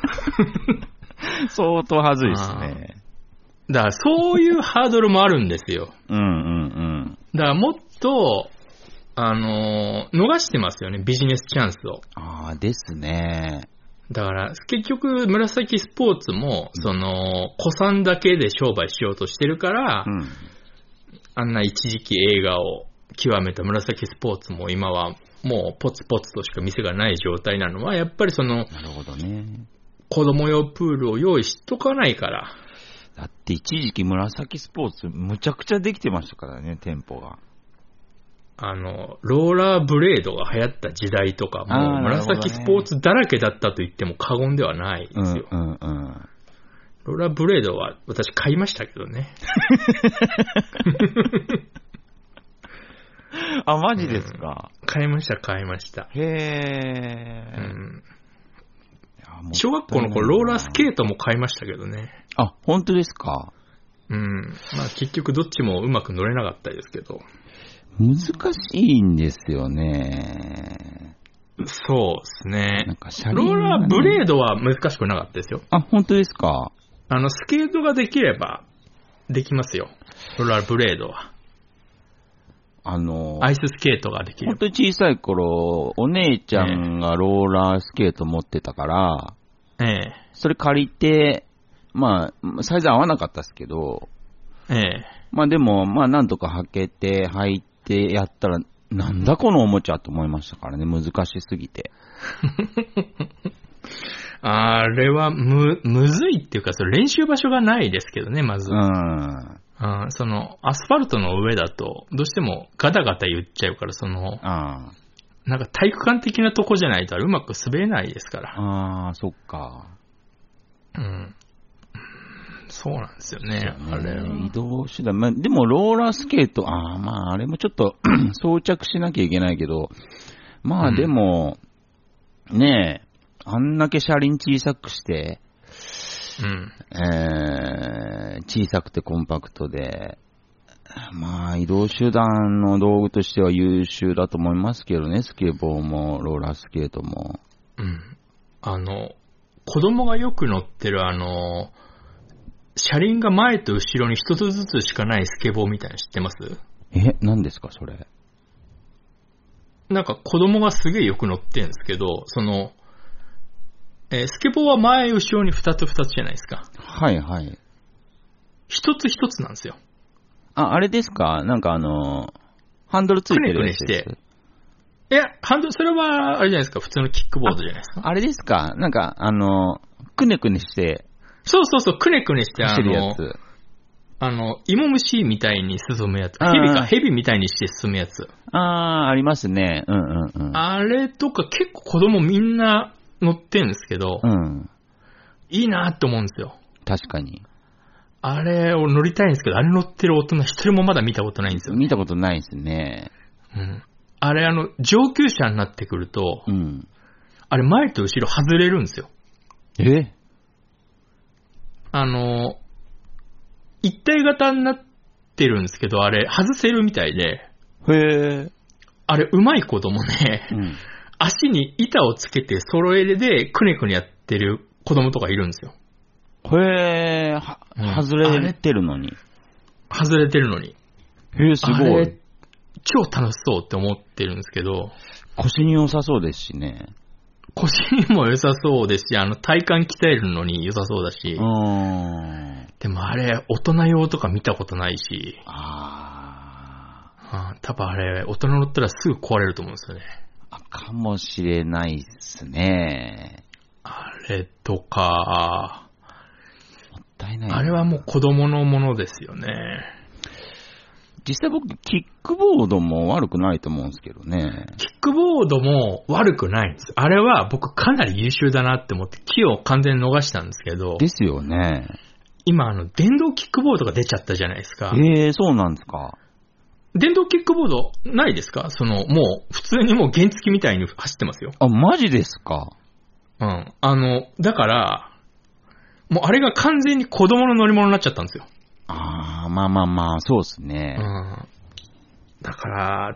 S2: 相当恥ずいですね。
S1: だからそういうハードルもあるんですよ。
S2: うんうんうん。
S1: だからもっと、あのー、逃してますよね、ビジネスチャンスを。
S2: ああ、ですね。
S1: だから結局紫スポーツも、その、古参だけで商売しようとしてるから、うん、あんな一時期映画を極めた紫スポーツも今はもうポツポツとしか店がない状態なのは、やっぱりその、
S2: なるほどね。
S1: 子供用プールを用意しとかないから。
S2: だって一時期紫スポーツむちゃくちゃできてましたからね、店舗が。あ
S1: の、ローラーブレードが流行った時代とかも、紫スポーツだらけだったと言っても過言ではないですよ。
S2: うんうんうん。
S1: ローラーブレードは私買いましたけどね。
S2: あ、マジですか、
S1: うん、買いました、買いました。
S2: へー。うん、
S1: 小学校の頃、ローラースケートも買いましたけどね。
S2: あ、本当ですか？
S1: うん。まあ結局どっちもうまく乗れなかったですけど。
S2: 難しいんですよね。
S1: そうですね。
S2: なんか車輪、
S1: ね、ローラーブレードは難しくなかったですよ。
S2: あ、本当ですか？
S1: あの、スケートができればできますよ。ローラーブレードは。あの、アイススケートができる。
S2: 本当に小さい頃、お姉ちゃんがローラースケート持ってたから、
S1: ええ。
S2: それ借りて、まあ、サイズ合わなかったですけど、
S1: ええ。
S2: まあでも、まあなんとか履けて、履いてやったら、なんだこのおもちゃと思いましたからね、難しすぎて。
S1: あれはむ、むずいっていうか、それ練習場所がないですけどね、まず。
S2: うん。
S1: あその、アスファルトの上だと、どうしてもガタガタ言っちゃうから、その、
S2: あ
S1: なんか体育館的なとこじゃないとうまく滑れないですから。
S2: ああ、そっか。
S1: うん。そうなんですよね、
S2: ね、
S1: あれ。
S2: 移動手段。まあ、でも、ローラースケート、ああ、まあ、あれもちょっと装着しなきゃいけないけど、まあ、でも、うん、ねえ、あんだけ車輪小さくして、
S1: うん、
S2: えー、小さくてコンパクトで、まあ、移動手段の道具としては優秀だと思いますけどね、スケボーも、ローラースケートも。
S1: うん。あの、子供がよく乗ってるあの、車輪が前と後ろに一つずつしかないスケボーみたいなの知ってます？
S2: え、何ですか、それ。
S1: なんか子供がすげえよく乗ってるんですけど、その、えー、スケボーは前後ろに二つ二つじゃないですか。
S2: はいはい。
S1: 一つ一つなんですよ。
S2: あ、あれですか？なんかあの、ハンドルついてるやつです。
S1: くねくねして。いや、ハンドル、それは、あれじゃないですか、普通のキックボードじゃないですか。
S2: あ, あれですか？なんか、あの、くねくねして。
S1: そうそうそう、くねくねして、あの、
S2: やつ
S1: あの、芋虫みたいに進むやつ。蛇か、蛇みたいにして進むやつ。
S2: ああ、ありますね。うんうんうん。
S1: あれとか結構子供みんな乗ってんですけど、
S2: うん。
S1: いいなって思うんですよ。
S2: 確かに。
S1: あれを乗りたいんですけど、あれ乗ってる大人一人もまだ見たことないんですよ、ね。
S2: 見たことないですね。
S1: うん。あれ、あの、上級者になってくると、
S2: うん。
S1: あれ前と後ろ外れるんですよ。
S2: え？
S1: あの、一体型になってるんですけど、あれ外せるみたいで。
S2: へー。
S1: あれ上手い子供ね、
S2: うん、
S1: 足に板をつけて揃えでくねくねやってる子供とかいるんですよ。
S2: へー、は、うん、外れてるのに。
S1: 外れてるのに。
S2: へー、すごい。
S1: 超楽しそうって思ってるんですけど。
S2: 腰に良さそうですしね。
S1: 腰にも良さそうですし、あの体幹鍛えるのに良さそうだし。
S2: うん。
S1: でもあれ、大人用とか見たことないし。
S2: あ
S1: あ。多分あれ、大人乗ったらすぐ壊れると思うんですよね。
S2: あ、かもしれないですね。
S1: あれとか、
S2: もったいない。
S1: あれはもう子供のものですよね。
S2: 実際僕、キックボードも悪くないと思うんですけどね。
S1: キックボードも悪くないんです。あれは僕かなり優秀だなって思って木を完全に逃したんですけど。
S2: ですよね。
S1: 今あの電動キックボードが出ちゃったじゃないですか。
S2: ええー、そうなんですか。
S1: 電動キックボードないですか？そのもう普通にもう原付みたいに走ってますよ。
S2: あ、マジですか。
S1: うん。あの、だから、もうあれが完全に子供の乗り物になっちゃったんですよ。
S2: ああ、まあまあまあ、そうですね。
S1: うん。だから、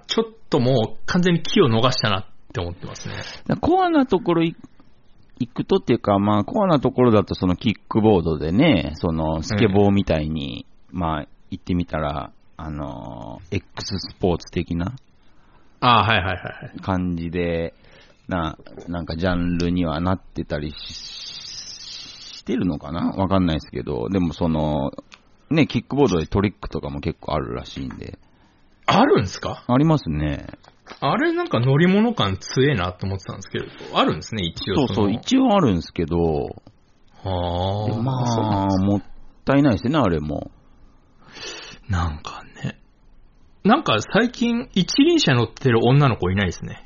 S1: ちょっともう完全に気を逃したなって思ってますね。
S2: コアなところ行くとっていうか、まあ、コアなところだとそのキックボードでね、そのスケボーみたいに、うん、まあ、行ってみたら、あの、X スポーツ的な
S1: ああ、はいはいはい。
S2: 感じで、な、なんかジャンルにはなってたりし、してるのかな？わかんないですけど、でもその、ね、キックボードでトリックとかも結構あるらしいんで。
S1: あるんですか？
S2: ありますね。
S1: あれなんか乗り物感強えなと思ってたんですけど、あるんですね、一応その。
S2: そうそう、一応あるんですけど、
S1: はあ。
S2: でまあ、もったいないですね、あれも。
S1: なんかね。なんか最近一輪車乗ってる女の子いないですね。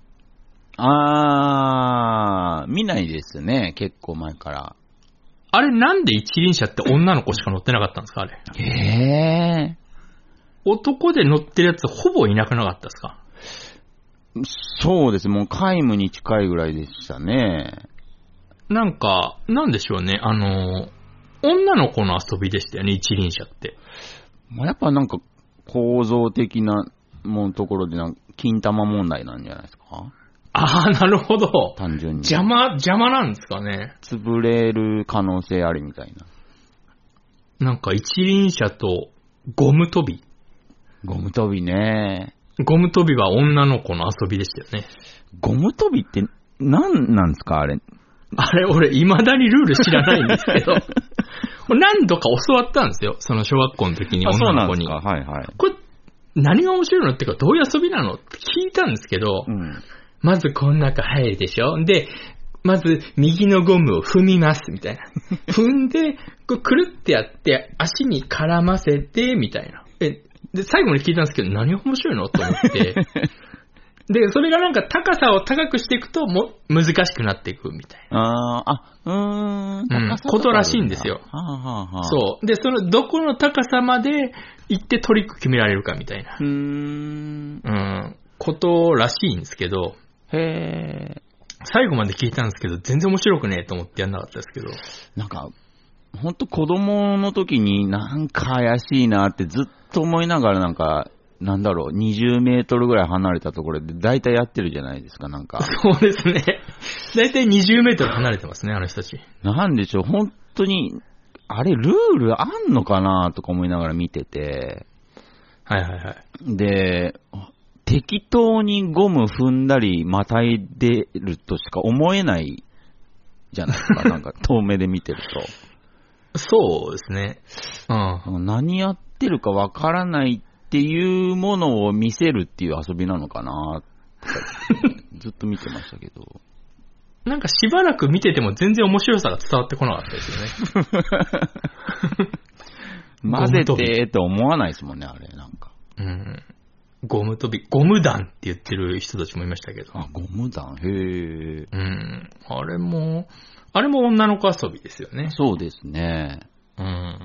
S2: あー、見ないですね、結構前から。
S1: あれなんで一輪車って女の子しか乗ってなかったんですか、あれ。
S2: へー。
S1: 男で乗ってるやつほぼいなくなかったですか？
S2: そうです、もう皆無に近いぐらいでしたね。
S1: なんか、なんでしょうね、あの、女の子の遊びでしたよね、一輪車って。
S2: やっぱなんか構造的なもんところでなんか金玉問題なんじゃないですか？
S1: ああ、なるほど。
S2: 単純に。
S1: 邪魔、邪魔なんですかね。
S2: 潰れる可能性ありみたいな。
S1: なんか一輪車とゴム跳び。
S2: ゴム跳びね。
S1: ゴム跳びは女の子の遊びでしたよね。
S2: ゴム跳びって何なんですかあれ。
S1: あれ、俺、未だにルール知らないんですけど。何度か教わったんですよ。その小学校の時に女の子に。
S2: あ、そうなんですか。はいはい。
S1: これ、何が面白いのってか、どういう遊びなのって聞いたんですけど、
S2: うん、
S1: まずこの中入るでしょ。で、まず右のゴムを踏みます、みたいな。踏んで、こうくるってやって、足に絡ませて、みたいな。え、で、最後に聞いたんですけど、何が面白いのと思って。で、それがなんか高さを高くしていくと、も、難しくなっていくみたいな。
S2: ああ、うーん、
S1: うん、ことらしいんですよ。
S2: はあはあはあ、
S1: そう。で、その、どこの高さまで行ってトリック決められるかみたいな。
S2: うーん。
S1: うん、ことらしいんですけど。
S2: へー。
S1: 最後まで聞いたんですけど、全然面白くねえと思ってやんなかったですけど。
S2: なんか、ほんと子供の時になんか怪しいなってずっと思いながらなんか、なんだろう、にじゅうメートルぐらい離れたところで大体やってるじゃないですか、なんか。
S1: そうですね。大体にじゅうメートル離れてますね、あの人たち。
S2: なんでしょう、本当に、あれ、ルールあんのかなとか思いながら見てて。
S1: はいはいはい。
S2: で、適当にゴム踏んだり、またいでるとしか思えないじゃないですか、なんか遠目で見てる
S1: と。そうですね。
S2: うん。何やってるかわからないっていうものを見せるっていう遊びなのかなってずっと見てましたけど。
S1: なんかしばらく見てても全然面白さが伝わってこなかったですよね。
S2: 混ぜてって思わないですもんね、あれ、なんか。
S1: うん。ゴム跳び、ゴム弾って言ってる人たちもいましたけど。
S2: あ、ゴム弾、へー。
S1: うん。あれも、あれも女の子遊びですよね。
S2: そうですね。
S1: うん。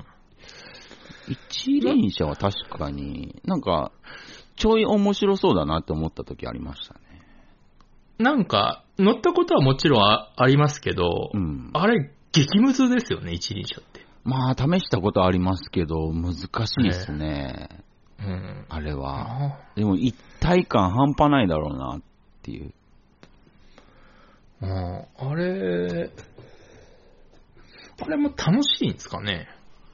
S2: 一輪車は確かに、なんか、ちょい面白そうだなって思った時ありましたね。
S1: なんか、乗ったことはもちろん あ, ありますけど、
S2: うん、
S1: あれ、激ムズですよね、一輪車って。
S2: まあ、試したことありますけど、難しいですね。
S1: えーうん、
S2: あれは。でも、一体感半端ないだろうなっていう。
S1: あ, あれ、あれも楽しいんですかね。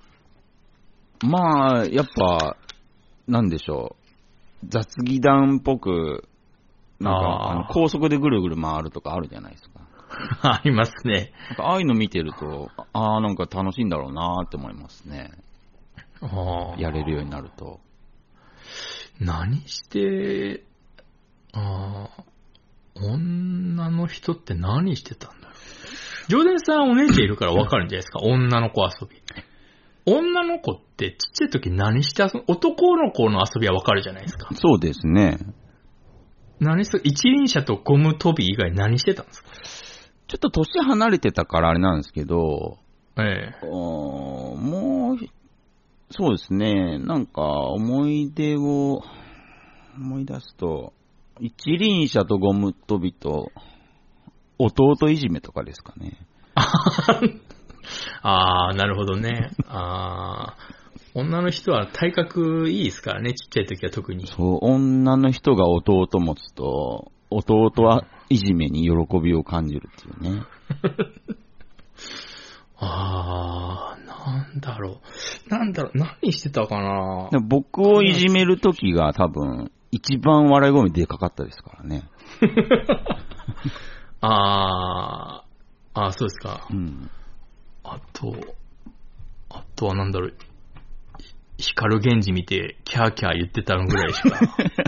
S2: まあ、やっぱ、なんでしょう。雑技団っぽく、なんか、あの高速でぐるぐる回るとかあるじゃないですか。
S1: ありますね。
S2: なんかああいうの見てると、ああ、なんか楽しいんだろうなって思いますね。
S1: あ
S2: やれるようになると。
S1: 何して、あ女の人って何してたんだろう。ジョーデンさんお姉ちゃんいるから分かるんじゃないですか。女の子遊び。女の子ってちっちゃい時何して遊ぶ、男の子の遊びは分かるじゃないですか。
S2: そうですね。
S1: 何する、一輪車とゴム跳び以外何してたんですか？
S2: ちょっと年離れてたからあれなんですけど、
S1: ええ。
S2: もう、そうですね、なんか思い出を思い出すと、一輪車とゴム跳びと弟いじめとかですかね。
S1: ああ、なるほどね。ああ、女の人は体格いいですからね、ちっちゃい時は特に。
S2: そう、女の人が弟持つと、弟はいじめに喜びを感じるっていうね。
S1: ああ、なんだろう。なんだろう、何してたかな。
S2: 僕をいじめる時が多分、一番笑い声でかかったですからね。
S1: ああ、ああ、そうですか。
S2: うん。
S1: あと、あとはなんだろう。 光源氏見て、キャーキャー言ってたのぐらいしか。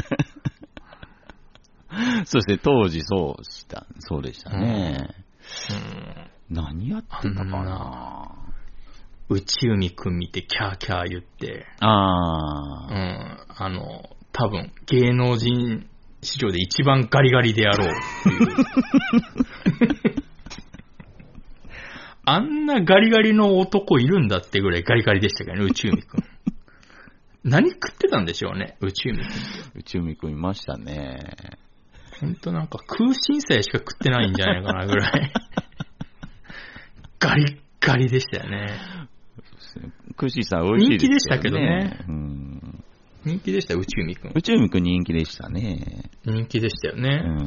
S2: そうですね、当時そうした、そうでしたね。うん、何やってたかな。
S1: 内海くん見てキャーキャー言って。
S2: ああ。
S1: うん。あの、多分、芸能人史上で一番ガリガリであろうっていう。あんなガリガリの男いるんだってぐらいガリガリでしたけどね、内海くん。何食ってたんでしょうね、内海くん。
S2: 内海くんいましたね。
S1: ほんとなんか空心菜しか食ってないんじゃないかなぐらい。ガリッガリでしたよね。
S2: 空心菜美味しいですよね。
S1: 人気でしたけどね。
S2: うん、
S1: 人気でしたよ、内海くん。
S2: 内海くん人気でしたね。
S1: 人気でしたよね。
S2: うん。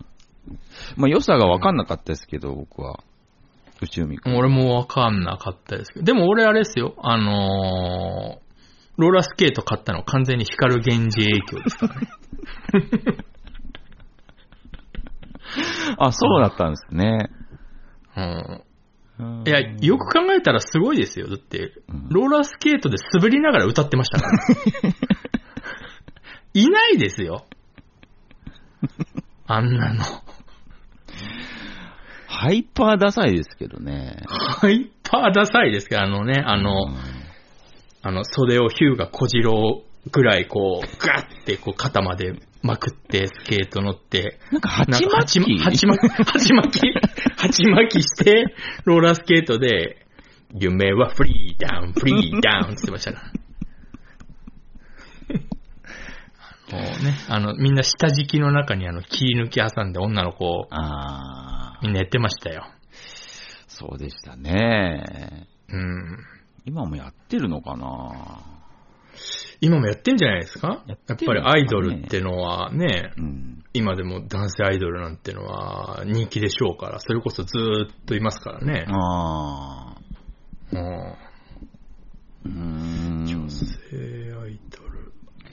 S2: まあ良さが分かんなかったですけど、うん、僕は。内海くん。
S1: 俺も分かんなかったですけど。でも俺あれですよ、あのー、ローラースケート買ったの完全に光源氏影響ですからね。
S2: あ、そうだったんですね。
S1: うん。いや、よく考えたらすごいですよ。だって、ローラースケートで滑りながら歌ってましたから。いないですよ。あんなの。
S2: ハイパーダサいですけどね。
S1: ハイパーダサいですけど、あのね、あの、うん、あの、袖をヒューが小次郎ぐらいこう、ガッてこう肩までまくってスケート乗って、
S2: なんか鉢巻き
S1: 鉢巻き鉢巻き鉢巻きして、ローラースケートで、夢はフリーダウン、フリーダウンって言ってましたから。あのね、あの、みんな下敷きの中にあの、切り抜き挟んで女の子を、
S2: あ
S1: みんなやってましたよ。
S2: そうでしたね。
S1: うん。
S2: 今もやってるのかな。
S1: 今もやってんじゃないですか？やっぱりアイドルってのはね、うん、今でも男性アイドルなんてのは人気でしょうから、それこそずーっといますからね。
S2: ああ。
S1: うん。女性アイドル。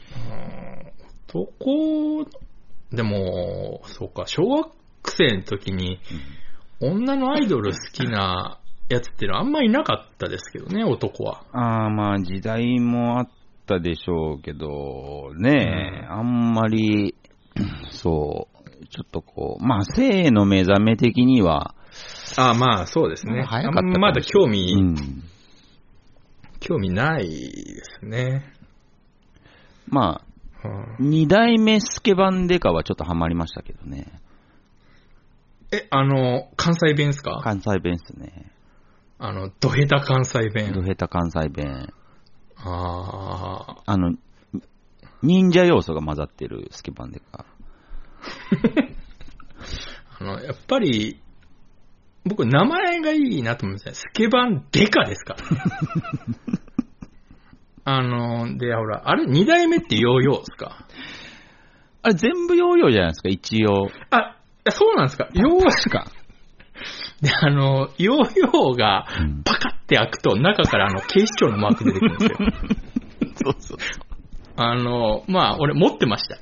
S1: 男、でも、そうか、小学生の時に、女のアイドル好きなやつってのはあんまりいなかったですけどね、男は。
S2: ああ、まあ時代もあったでしょうけど、ねえ、うん、あんまり、そう、ちょっとこう、まあ性の目覚め的には、
S1: ああ、まあそうですね。
S2: 早かった。
S1: まだ興味、
S2: うん、
S1: 興味ないですね。
S2: まあ、うん、二代目スケバンデカはちょっとハマりましたけどね。
S1: え、あの、関西弁ですか？
S2: 関西弁っすね。
S1: あの、ドヘタ関西弁。
S2: ドヘタ関西弁。
S1: ああ。
S2: あの、忍者要素が混ざってるスケバンデカ。
S1: あの、やっぱり、僕、名前がいいなと思うんですね。スケバンデカですから。あの、で、ほら、あれ、二代目ってヨーヨーですか？
S2: あれ、全部ヨーヨーじゃないですか、一応。
S1: あ、そうなんですか？ヨーヨーしか。で、あの、ヨーヨーがパカって開くと、中からあの、警視庁のマーク出てくるんですよ。
S2: そうそう。
S1: あの、まあ、俺持ってました。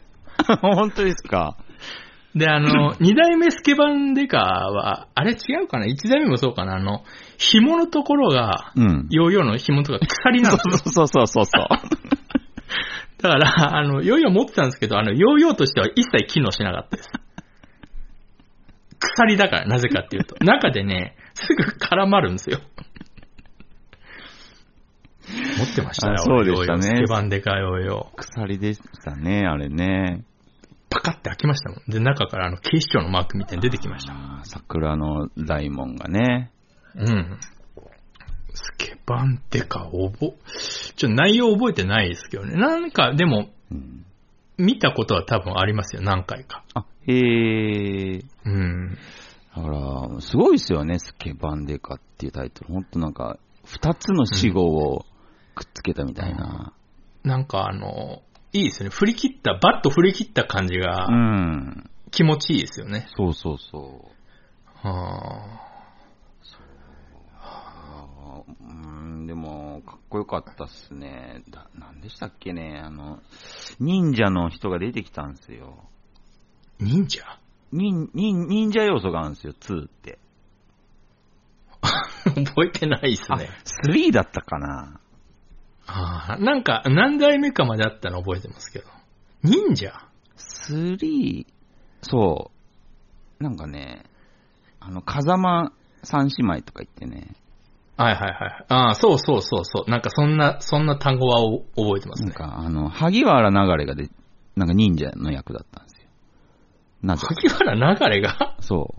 S2: 本当ですか？
S1: で、あの、二代目スケバンデカは、あれ違うかな？一代目もそうかな？あの、紐のところが、うん、ヨーヨーの紐のところが鎖なんですよ。
S2: そうそうそうそう。
S1: だから、あの、ヨーヨー持ってたんですけど、あの、ヨーヨーとしては一切機能しなかったです。鎖だから、なぜかっていうと。中でね、すぐ絡まるんですよ。持ってましたよ。
S2: そうでしたね。
S1: スケバンデカヨーヨー。
S2: 鎖でしたね、あれね。
S1: パカって開きましたもん。で、中からあの、警視庁のマークみたいに出てきました。
S2: あ、桜の大門がね。
S1: うん。スケバンデカ、おぼ、ちょっと内容覚えてないですけどね。なんか、でも、うん、見たことは多分ありますよ、何回か。
S2: あ、へー。
S1: うん。
S2: だから、すごいですよね、スケバンデカっていうタイトル。ほんとなんか、二つの死語をくっつけたみたいな。
S1: うん、なんかあの、いいですね。振り切った、バッと振り切った感じが、うん。気持ちいいですよね。
S2: そうそうそう。
S1: はぁ。
S2: うん、でも、かっこよかったっすね。だ、なんでしたっけね、あの、忍者の人が出てきたんですよ。
S1: 忍者？
S2: 忍、忍、忍者要素があるんですよ、ツーって。
S1: 覚えてないっすね。
S2: スリーだったかな。
S1: ああ、なんか何代目かまであったの覚えてますけど。忍者
S2: スリー、そう。なんかね、あの、風間三姉妹とか言ってね。
S1: はいはいはい。ああ、そうそうそうそう。なんかそんな、そんな単語は覚えてますね。
S2: なんか、あの、萩原流がで、なんか忍者の役だったんですよ。なぜ
S1: 萩原流が
S2: そう。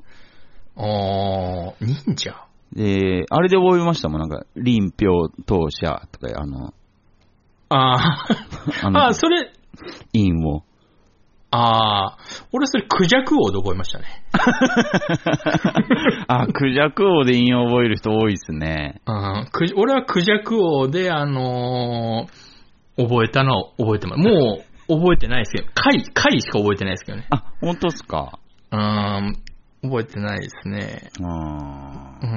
S1: ああ、忍者
S2: で、あれで覚えましたもん。なんか、臨氷当社とか、あの、
S1: ああ、あのあ、それ、
S2: 陰を。
S1: ああ、俺それクジャク王で覚えましたね。
S2: あ、クジャク王で陰を覚える人多いですね。
S1: あく俺はクジャク王で、あのー、覚えたのを覚えてます。もう覚えてないですけど、回、回しか覚えてないですけどね。
S2: あ、本当ですか。
S1: うん、覚えてないですね。
S2: あ
S1: うん。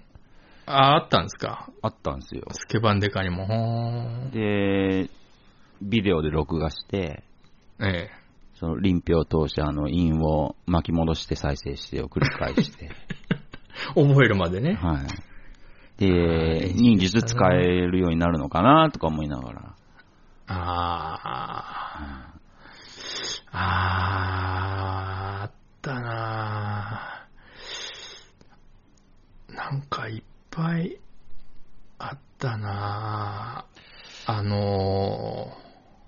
S1: あ、あったんですか。
S2: あったんですよ。
S1: スケバンデカにも。ほー
S2: で、ビデオで録画して、
S1: ええ。
S2: その臨氷当社の陰を巻き戻して再生してを繰り返して。
S1: 覚えるまでね。
S2: はい。で、忍術使えるようになるのかなとか思いながら。
S1: ああ。ああ、あったなぁ。なんかいっぱいあったなぁ。あのー、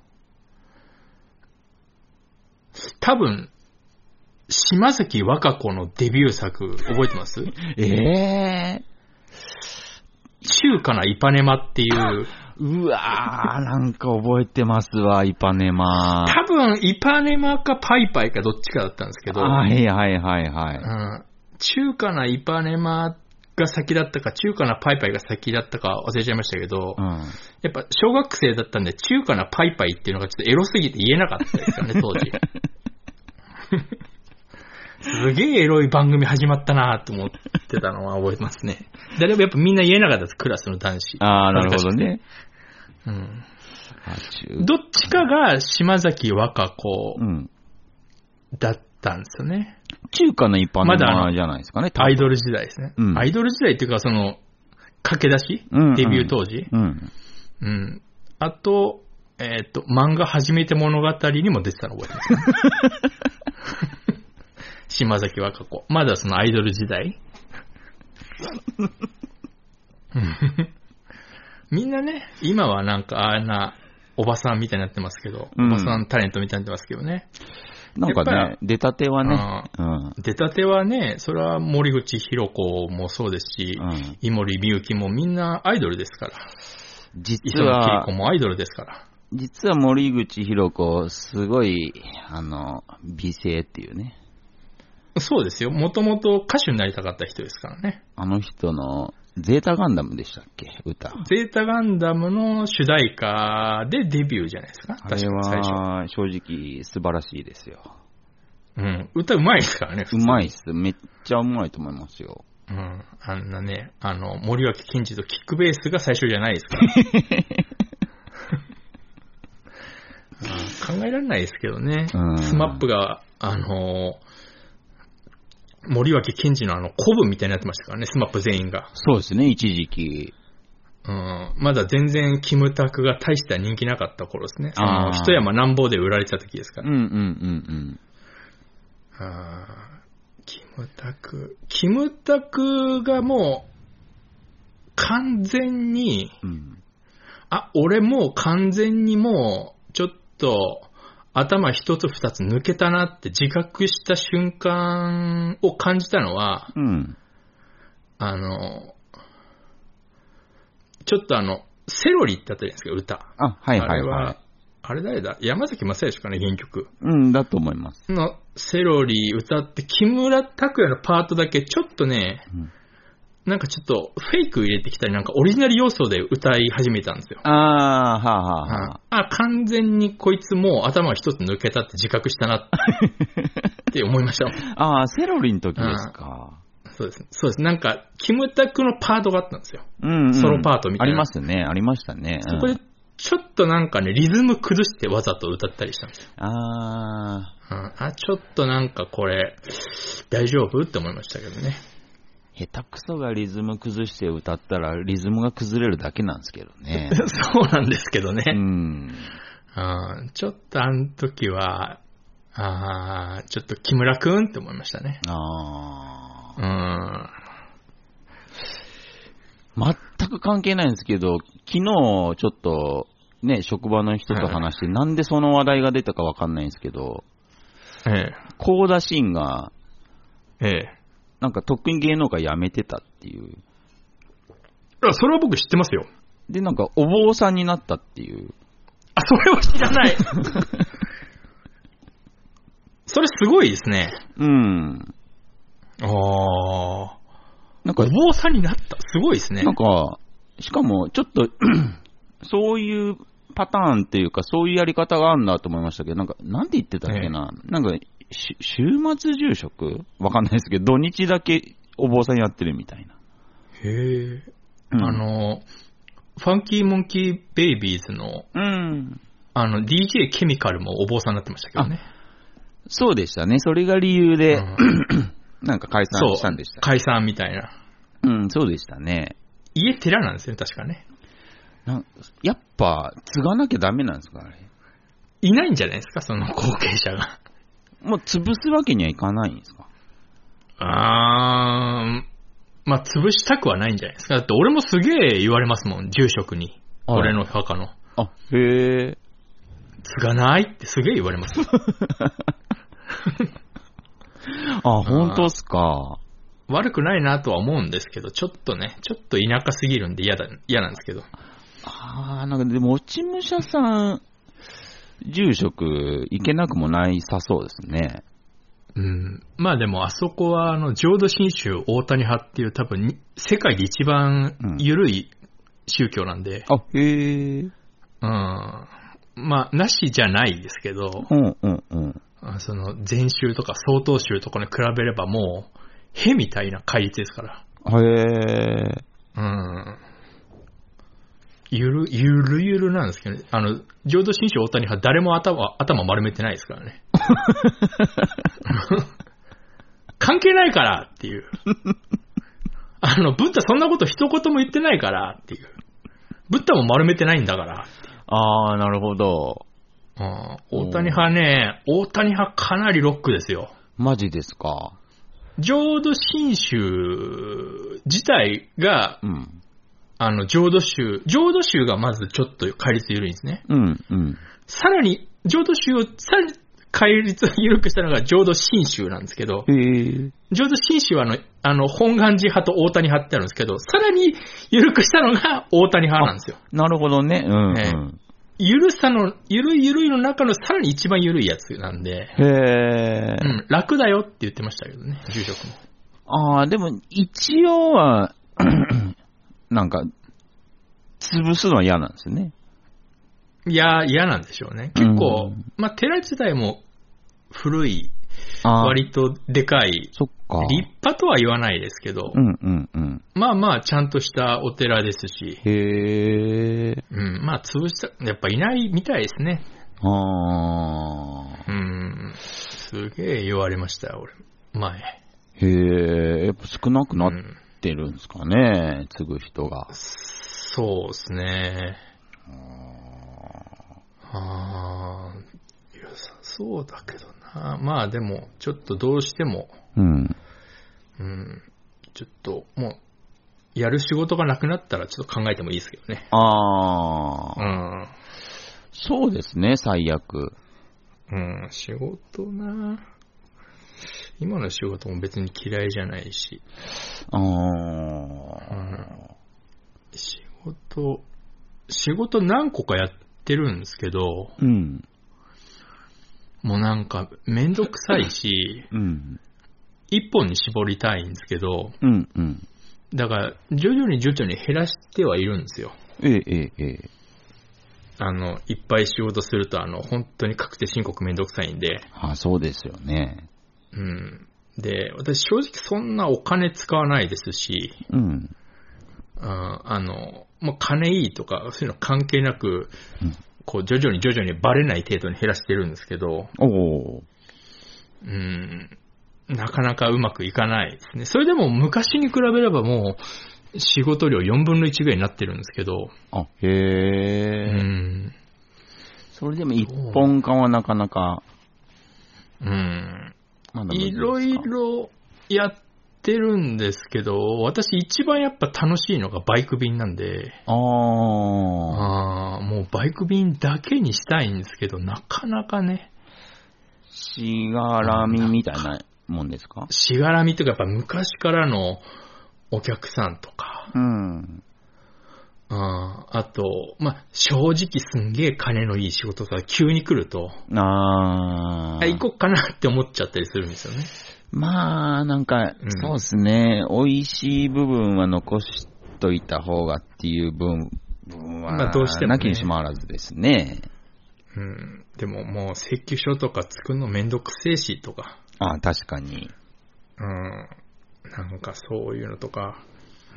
S1: 多分、島崎和歌子のデビュー作覚えてます？
S2: ええー。
S1: 中華なイパネマっていう。
S2: うわー、なんか覚えてますわ、イパネマ。
S1: 多分、イパネマかパイパイかどっちかだったんですけど。
S2: はいはいはいはい。
S1: うん、中華なイパネマが先だったか、中華なパイパイが先だったか忘れちゃいましたけど、うん、やっぱ小学生だったんで、中華なパイパイっていうのがちょっとエロすぎて言えなかったですからね、当時。すげえエロい番組始まったなと思ってたのは覚えてますね。誰もやっぱみんな言えなかったです、クラスの男子。
S2: ああ、なるほどね。
S1: うん。どっちかが島崎和歌子だったんですよね。
S2: 中華の一般のじゃないですかね。
S1: アイドル時代ですね。うん、アイドル時代っていうか、その、駆け出し、うんうん、デビュー当時。うん。うん。あと、えっ、ー、と、漫画初めて物語にも出てたの覚えてます、ね。島崎和歌子。まだそのアイドル時代。みんなね、今はなんかあんなおばさんみたいになってますけど、うん、おばさんタレントみたいになってますけどね。
S2: なんかね、出たてはね、
S1: うん、出たてはね、それは森口博子もそうですし、うん、井森美幸もみんなアイドルですから。
S2: 実は、
S1: 磯野貴理子もアイドルですから。
S2: 実は森口博子、すごい、あの、美声っていうね。
S1: そうですよ。もともと歌手になりたかった人ですからね。
S2: あの人の、ゼータガンダムでしたっけ歌。
S1: ゼータガンダムの主題歌でデビューじゃないですか。
S2: あれは正直素晴らしいですよ。
S1: うん。歌うまいですからね。
S2: うまいっす。めっちゃうまいと思いますよ。
S1: うん。あんなね、あの、森脇健児とキックベースが最初じゃないですから。考えられないですけどね。スマップが、あの、森脇健児のあの、古文みたいになってましたからね、スマップ全員が。
S2: そうですね、一時期。
S1: うん、まだ全然キムタクが大した人気なかった頃ですね。あの一山なんぼで売られてた時ですから。
S2: うんうんうんうん。
S1: あキムタク。キムタクがもう、完全に、うん、あ、俺もう完全にもう、ちょっと、頭一つ二つ抜けたなって自覚した瞬間を感じたのは、うん、あの、ちょっとあの、セロリってあったじゃないですか、歌。
S2: あ、はいはいはい。
S1: あれは、あれ誰だ山崎正義かな、原曲。
S2: うん、だと思います。
S1: の、セロリ歌って、木村拓哉のパートだけちょっとね、うん、なんかちょっとフェイク入れてきたり、なんかオリジナル要素で歌い始めたんですよ。
S2: ああ、はあはあは
S1: あ。あ、完全にこいつもう頭一つ抜けたって自覚したなって思いましたもん。
S2: ああ、セロリの時ですか。
S1: そうです。そうです。なんか、キムタクのパートがあったんですよ。うん、うん。ソロパートみたいな。
S2: ありますね。ありましたね。
S1: うん、そこで、ちょっとなんかね、リズム崩してわざと歌ったりしたんですよ。
S2: ああ。
S1: うん。あ、ちょっとなんかこれ、大丈夫って思いましたけどね。
S2: 下手くそがリズム崩して歌ったらリズムが崩れるだけなんですけどね。
S1: そうなんですけどね。
S2: うん。
S1: うん、ちょっとあの時は、あちょっと木村くんって思いましたね。
S2: あ
S1: あ。
S2: うん。全く関係ないんですけど、昨日ちょっとね、職場の人と話して、はい、なんでその話題が出たかわかんないんですけど、
S1: ええ。
S2: コーダシンが、
S1: ええ。
S2: なんかとっくに芸能界辞めてたっていう。
S1: あ、それは僕知ってますよ。
S2: で、なんかお坊さんになったっていう。
S1: あ、それは知らない。それすごいですね。
S2: うん。
S1: ああ。
S2: なんか、
S1: お坊さんになった。すごいですね。
S2: なんか、しかもちょっと、そういうパターンっていうか、そういうやり方があるんだと思いましたけど、なんか、なんて言ってたっけな。ええ、なんか、週末住職わかんないですけど、土日だけお坊さんやってるみたいな。
S1: へえ、うん。あの、ファンキーモンキーベイビーズの、
S2: うん。
S1: あの、ディージェー ケミカルもお坊さんになってましたけどね。
S2: そうでしたね。それが理由で、うん、なんか解散したんでした、ね。
S1: 解散みたいな。
S2: うん、そうでしたね。
S1: 家寺なんですよね、確かね。
S2: なやっぱ、継がなきゃダメなんですかね。
S1: いないんじゃないですか、その後継者が。
S2: もう潰すわけにはいかないんですか？
S1: あー、まあ、潰したくはないんじゃないですか。だって俺もすげえ言われますもん、住職に。俺の墓の。
S2: あ、へえ。
S1: 継がないってすげえ言われます。
S2: あ、本当っすか。
S1: 悪くないなとは思うんですけど、ちょっとね、ちょっと田舎すぎるんで嫌だ、嫌なんですけど。
S2: ああ、なんかでも、落ち武者さん、住職行けなくもないさそうですね。
S1: うん。まあでもあそこはあの浄土真宗大谷派っていう多分世界で一番緩い宗教なんで。
S2: うん、あ、へえ。うん。
S1: まあなしじゃないですけど。
S2: うんうんうん。
S1: その禅宗とか曹洞宗とかに比べればもうへみたいな戒律ですから。
S2: へえ。
S1: うん。ゆる、ゆるゆるなんですけどね。あの、浄土真宗大谷派誰も頭、頭丸めてないですからね。関係ないからっていう。あの、ブッダそんなこと一言も言ってないからっていう。ブッダも丸めてないんだから。
S2: ああ、なるほど。
S1: あ大谷派ね、大谷派かなりロックですよ。
S2: マジですか。
S1: 浄土真宗自体が、
S2: うん、
S1: あの、浄土宗、浄土宗がまずちょっと戒律緩いんですね。
S2: うんうん。
S1: さらに、浄土宗をさらに戒律を緩くしたのが浄土真宗なんですけど、
S2: へー、
S1: 浄土真宗はあの、あの、本願寺派と大谷派ってあるんですけど、さらに緩くしたのが大谷派なんですよ。
S2: なるほどね。うん、うん。
S1: ね、緩さの、緩い緩いの中のさらに一番緩いやつなんで、
S2: へー、
S1: うん、楽だよって言ってましたけどね、住職も。
S2: ああ、でも一応は、なんか、潰すのは嫌なんですよね。
S1: いや、嫌なんでしょうね。結構、うん、まあ、寺自体も古い、割とでかい、
S2: そっか。
S1: 立派とは言わないですけど、
S2: うんうんうん。
S1: まあまあ、ちゃんとしたお寺ですし、
S2: へー。
S1: うん、まあ、潰した、やっぱいないみたいですね。
S2: あー。
S1: うん、すげえ言われましたよ、俺、前。
S2: へー、やっぱ少なくなってるんですかね、うん、継ぐ人が。
S1: そうですね。ああ、いや、そうだけどな。まあでも、ちょっとどうしても、
S2: うん。
S1: うん。ちょっと、もう、やる仕事がなくなったらちょっと考えてもいいですけどね。
S2: ああ。
S1: うん。
S2: そうですね、最悪。
S1: うん、仕事な。今の仕事も別に嫌いじゃないし。
S2: ああ。
S1: うん。仕事、仕事何個かやってるんですけど、
S2: うん、
S1: もうなんかめんどくさいし、
S2: うん、
S1: 一本に絞りたいんですけど、
S2: うんうん、
S1: だから徐々に徐々に減らしてはいるんですよ。
S2: ええええ。
S1: あの、いっぱい仕事するとあの、本当に確定申告めんどくさいんで。
S2: あ、そうですよね。
S1: うん。で、私正直そんなお金使わないですし、
S2: うん。
S1: あ, あの、もう金いいとか、そういうの関係なく、
S2: うん、
S1: こう徐々に徐々にバレない程度に減らしてるんですけど、
S2: おー。
S1: うん。 なかなかうまくいかないですね。それでも昔に比べればもう仕事量よんぶんのいちぐらいになってるんですけど。
S2: あ、へえ。うん。それでも一本化はなかなか。
S1: うん。まだいろいろやってるんですけど、私一番やっぱ楽しいのがバイク便なんで。
S2: ああ。
S1: ああ、もうバイク便だけにしたいんですけど、なかなかね。
S2: しがらみみたいなもんですか？
S1: しがらみというかやっぱ昔からのお客さんとか。
S2: うん。
S1: あ, あと、まあ、正直すんげえ金のいい仕事が急に来ると、
S2: ああ。
S1: 行こっかなって思っちゃったりするんですよね。
S2: まあ、なんか、うん、そうですね。美味しい部分は残しといた方がっていう分は、まあ、どうしても、ね、なきにしもあらずですね。
S1: うん。でももう請求書とか作るのめんどくせえしとか。
S2: ああ、確かに。
S1: うん。なんかそういうのとか。うん、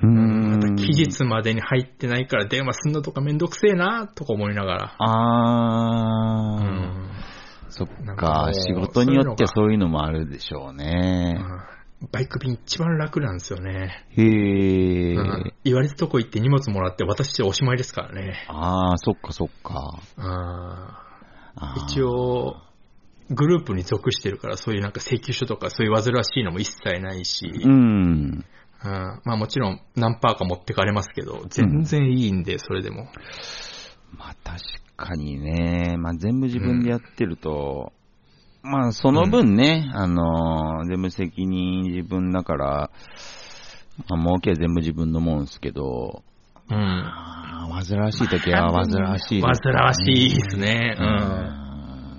S1: また期日までに入ってないから電話すんのとかめんどくせえなとか思いながら。
S2: あー、うん、そっか、仕事によってそういうのもあるでしょうね。
S1: うん、バイク便一番楽なんですよね。
S2: へー、うん、
S1: 言われたとこ行って荷物もらって渡しておしまいですからね。
S2: あー、そっかそっか。
S1: あー、一応グループに属してるからそういうなんか請求書とかそういう煩わしいのも一切ないし。
S2: うん。
S1: うん、まあもちろん何パーか持ってかれますけど、全然いいんで、うん、それでも。
S2: まあ確かにね、まあ全部自分でやってると、うん、まあその分ね、うん、あの、全部責任自分だから、まあ儲けは全部自分のもんですけど、
S1: うん。
S2: あ煩わしい時は煩わしいです
S1: ね。煩わしいですね。うん。うん、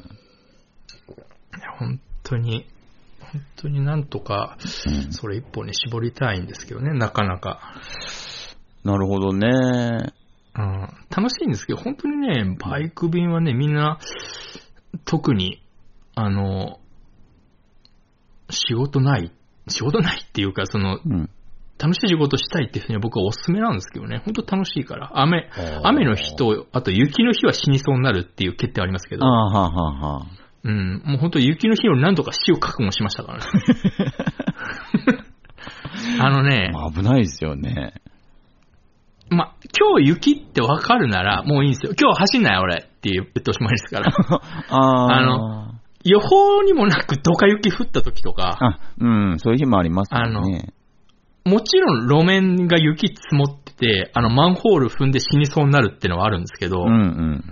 S1: 本当に。本当になんとか、それ一本に絞りたいんですけどね、なかなか。
S2: なるほどね。
S1: うん、楽しいんですけど、本当にね、バイク便はね、みんな、特に、あの、仕事ない、仕事ないっていうか、その、うん、楽しい仕事したいっていうふうには僕はおすすめなんですけどね、本当楽しいから。雨、雨の日と、あと雪の日は死にそうになるっていう決定ありますけど。
S2: あははは
S1: うん、もう本当雪の日を何とか死を覚悟しましたからね。あのね。
S2: 危ないですよね。
S1: ま、今日雪ってわかるならもういいんですよ。今日走んない俺って言っておしまいですから。
S2: あ,
S1: あの、予報にもなくドカ雪降った時とか。
S2: あ、うん、そういう日もありますよね。あの、
S1: もちろん路面が雪積もってて、あのマンホール踏んで死にそうになるっていうのはあるんですけど、
S2: うんうん、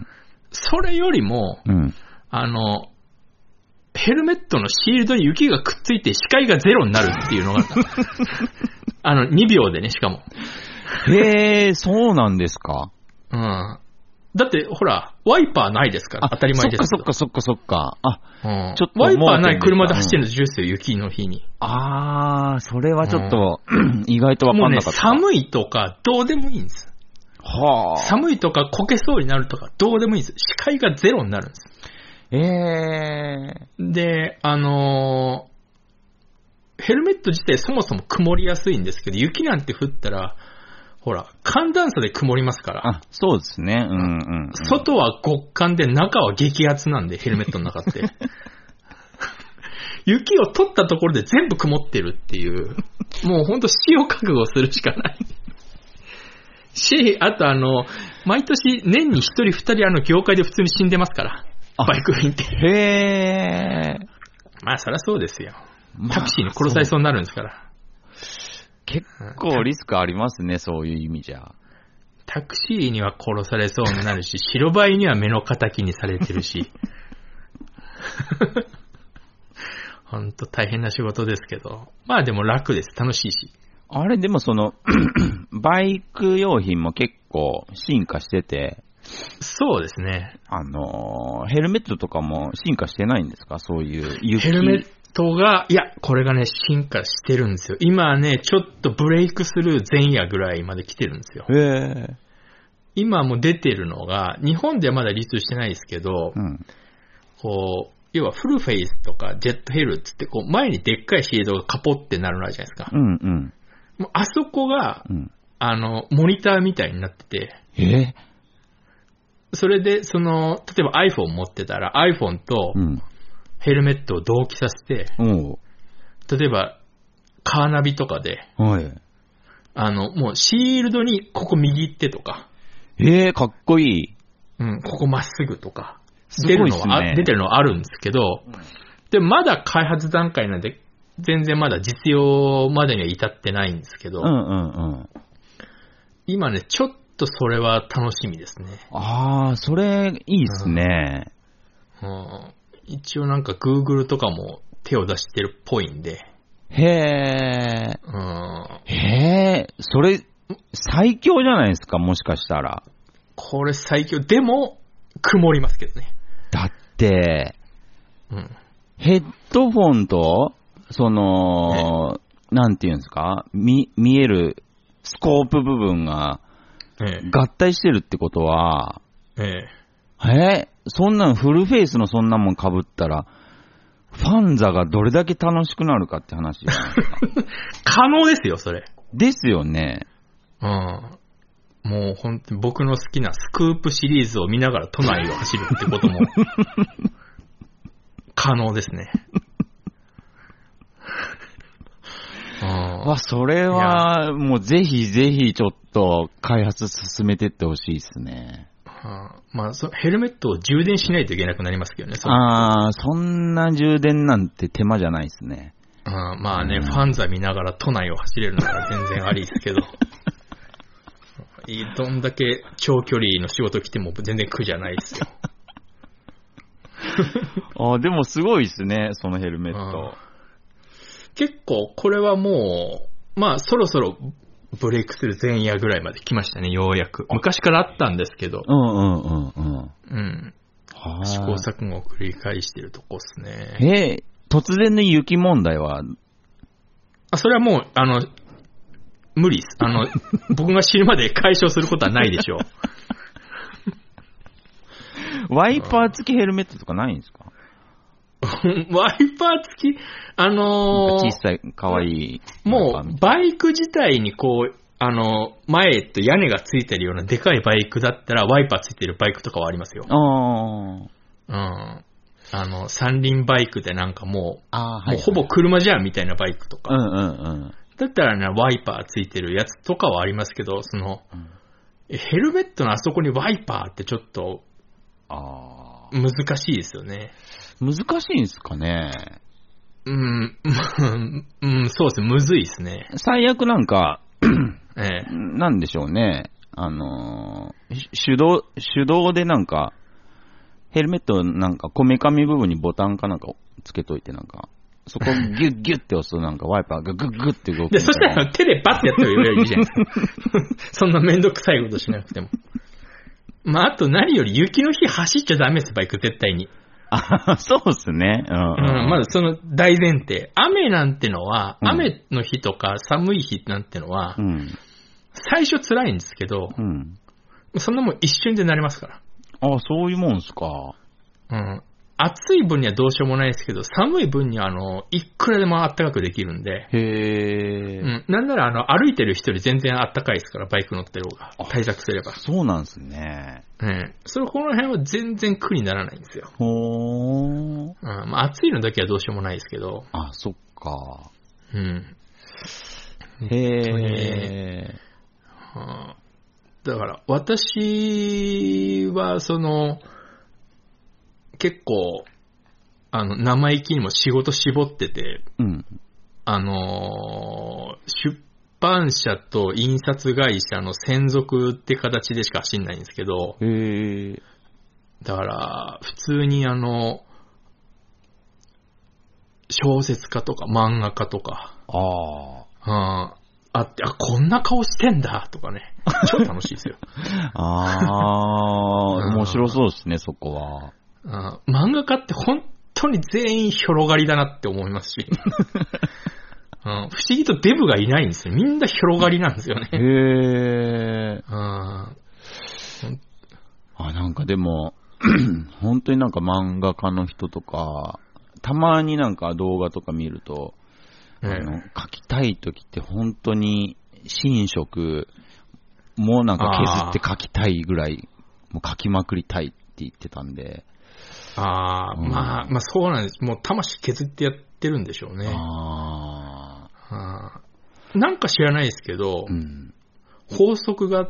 S1: それよりも、うん、あの、ヘルメットのシールドに雪がくっついて視界がゼロになるっていうのがあのにびょうでね、しかも。
S2: へー、そうなんですか。
S1: うん。だってほらワイパーないですから当たり前ですけど。
S2: そっかそっかそっかそっか。あ、
S1: うん、ちょっとワイパーない車で走ってるの重視よ、雪の日に。
S2: あー、それはちょっと、うん、意外とわかんなかった。
S1: もうね、寒いとかどうでもいいんです。
S2: はあ。
S1: 寒いとかこけそうになるとかどうでもいいんです。視界がゼロになるんです。
S2: え
S1: ー、で、あのー、ヘルメット自体そもそも曇りやすいんですけど、雪なんて降ったら、ほら、寒暖差で曇りますから。
S2: あ、そうですね。うんうん、うん。
S1: 外は極寒で中は激圧なんで、ヘルメットの中って。雪を取ったところで全部曇ってるっていう、もうほんと死を覚悟するしかない。し、あとあの、毎年年に一人二人あの業界で普通に死んでますから。バイク便って。
S2: へー。
S1: まあそりゃそうですよ。タクシーに殺されそうになるんですから。まあ、
S2: 結構リスクありますね、そういう意味じゃ。
S1: タクシーには殺されそうになるし、白バイには目の敵にされてるし。ほんと大変な仕事ですけど。まあでも楽です。楽しいし。
S2: あれでもその、バイク用品も結構進化してて、
S1: そうですね。
S2: あのー、ヘルメットとかも進化してないんですか？そういう雪。
S1: ヘルメットが、いや、これがね、進化してるんですよ。今ね、ちょっとブレイクスルー前夜ぐらいまで来てるんですよ。
S2: へー。
S1: 今も出てるのが、日本ではまだ流通してないですけど、
S2: うん、
S1: こう、要はフルフェイスとかジェットヘルってって、こう、前にでっかいシールドがカポってなるのあるじゃないですか。
S2: うんうん。
S1: もうあそこが、うん、あの、モニターみたいになってて、
S2: えー
S1: それで、その、例えば iPhone 持ってたら iPhone とヘルメットを同期させて、
S2: うん、
S1: 例えば、カーナビとかで、
S2: はい。
S1: あの、もうシールドにここ右行ってとか。
S2: ええー、かっこいい。
S1: うん、ここまっすぐとか。
S2: すごいっすね。
S1: 出るのは、出てるのはあるんですけど、うん、で、まだ開発段階なんで、全然まだ実用までには至ってないんですけど、
S2: うんうんうん。
S1: 今ね、ちょっとそれは楽しみですね。
S2: ああ、それいいっすね、
S1: うんうん。一応なんか Google とかも手を出してるっぽいんで。
S2: へえ。
S1: うん。
S2: へえ、それ、最強じゃないですか、もしかしたら。
S1: これ最強。でも、曇りますけどね。
S2: だって、
S1: うん、
S2: ヘッドフォンと、その、なんていうんですか、見、見えるスコープ部分が、合体してるってことは、
S1: え
S2: ええ、そんなんフルフェイスのそんなもん被ったら、ファンザがどれだけ楽しくなるかって話じゃないですか。
S1: 可能ですよ、それ。
S2: ですよね。
S1: うん。もう本当に僕の好きなスクープシリーズを見ながら都内を走るってことも可能ですね。
S2: わ、それはもうぜひぜひちょっと開発進めてってほしいですね。
S1: はあ、まあそ、ヘルメットを充電しないといけなくなりますけどね。
S2: ああ、そんな充電なんて手間じゃないですね。
S1: あまあね、ファンザ見ながら都内を走れるなら全然ありですけど。どんだけ長距離の仕事来ても全然苦じゃないですよ。
S2: あでもすごいですね、そのヘルメット。
S1: 結構これはもう、まあそろそろブレイクする前夜ぐらいまで来ましたね、ようやく。昔からあったんですけど。
S2: うんうんうんうん。
S1: うん。試行錯誤を繰り返してるとこっすね。
S2: えー、突然の雪問題は
S1: あ、それはもう、あの、無理です。あの、僕が死ぬまで解消することはないでしょ
S2: う。ワイパー付きヘルメットとかないんですか？
S1: ワイパー付き、あのー、
S2: 小さい、かわいい。
S1: もう、バイク自体にこう、あの、前と屋根がついてるようなでかいバイクだったら、ワイパーついてるバイクとかはありますよ。
S2: ああ。
S1: うん。あの、三輪バイクでなんかもう、
S2: あ、はいはい、
S1: もうほぼ車じゃんみたいなバイクとか。
S2: うんうんうん。
S1: だったらね、ワイパーついてるやつとかはありますけど、その、うん、ヘルメットのあそこにワイパーってちょっと、
S2: あ
S1: 難しいですよね。
S2: 難しいんですかね。
S1: うん、うん、そうですね、むずいですね。
S2: 最悪なんか、
S1: ええ、
S2: なんでしょうね。あのー、手動、手動でなんか、ヘルメットなんかこめかみ部分にボタンかなんかつけといてなんか、そこギュッギュッって押すとなんかワイパーがグッグッって動く。
S1: で、そしたら手でバッてやったらいいじゃないですか。そんなめんどくさいことしなくても。まあ、あと何より雪の日走っちゃダメです、バイク絶対に。
S2: あ、そうですね。うん、うん
S1: うん。まずその大前提。雨なんてのは、うん、雨の日とか寒い日なんてのは、うん、最初辛いんですけど、うん、そんなもん一瞬で慣れますから。
S2: あ、そういうもんすか。
S1: うん。暑い分にはどうしようもないですけど、寒い分にはあの、いくらでも暖かくできるんで。
S2: へー。
S1: うん。なんならあの、歩いてる人より全然暖かいですから、バイク乗ってる方が。対策すれば。
S2: そうなんですね。
S1: うん。それ、この辺は全然苦にならないんですよ。
S2: ほー。
S1: うん。まあ、暑いのだけはどうしようもないですけど。
S2: あ、そっか。
S1: うん。
S2: へー。
S1: はあ、だから、私は、その、結構、あの、生意気にも仕事絞ってて、
S2: うん、
S1: あのー、出版社と印刷会社の専属って形でしか走んないんですけど、
S2: へー。
S1: だから、普通にあの、小説家とか漫画家とか、
S2: あ
S1: ああって、あ、こんな顔してんだとかね、超楽しいですよ。
S2: ああ、面白そうですね、そこは。
S1: あ漫画家って本当に全員広がりだなって思いますし、うん、不思議とデブがいないんですよ。みんな広がりなんですよね。
S2: へー。
S1: あ
S2: あ、なんかでも、本当になんか漫画家の人とか、たまになんか動画とか見ると、あの、描きたい時って本当に寝食もなんか削って描きたいぐらい、もう描きまくりたいって言ってたんで、
S1: ああ、
S2: うん、
S1: まあ、まあそうなんです。もう魂削ってやってるんでしょうね。
S2: あ
S1: あなんか知らないですけど、
S2: うん、
S1: 法則があって、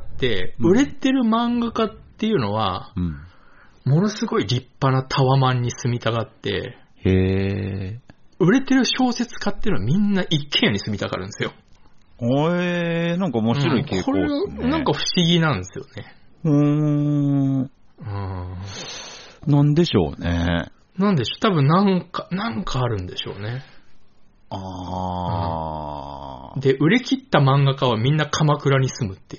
S1: 売れてる漫画家っていうのは、うん、ものすごい立派なタワマンに住みたがって、
S2: へー。
S1: 売れてる小説家っていうのはみんな一軒家に住みたがるんですよ。
S2: えー、なんか面白い傾向ですね、
S1: うん、これなんか不思議なんですよね。
S2: うーん。うん。なんでしょうね。
S1: なんでしょう。多分なんか、なんかあるんでしょうね。
S2: ああ、
S1: うん。で、売れ切った漫画家はみんな鎌倉に住むっていう。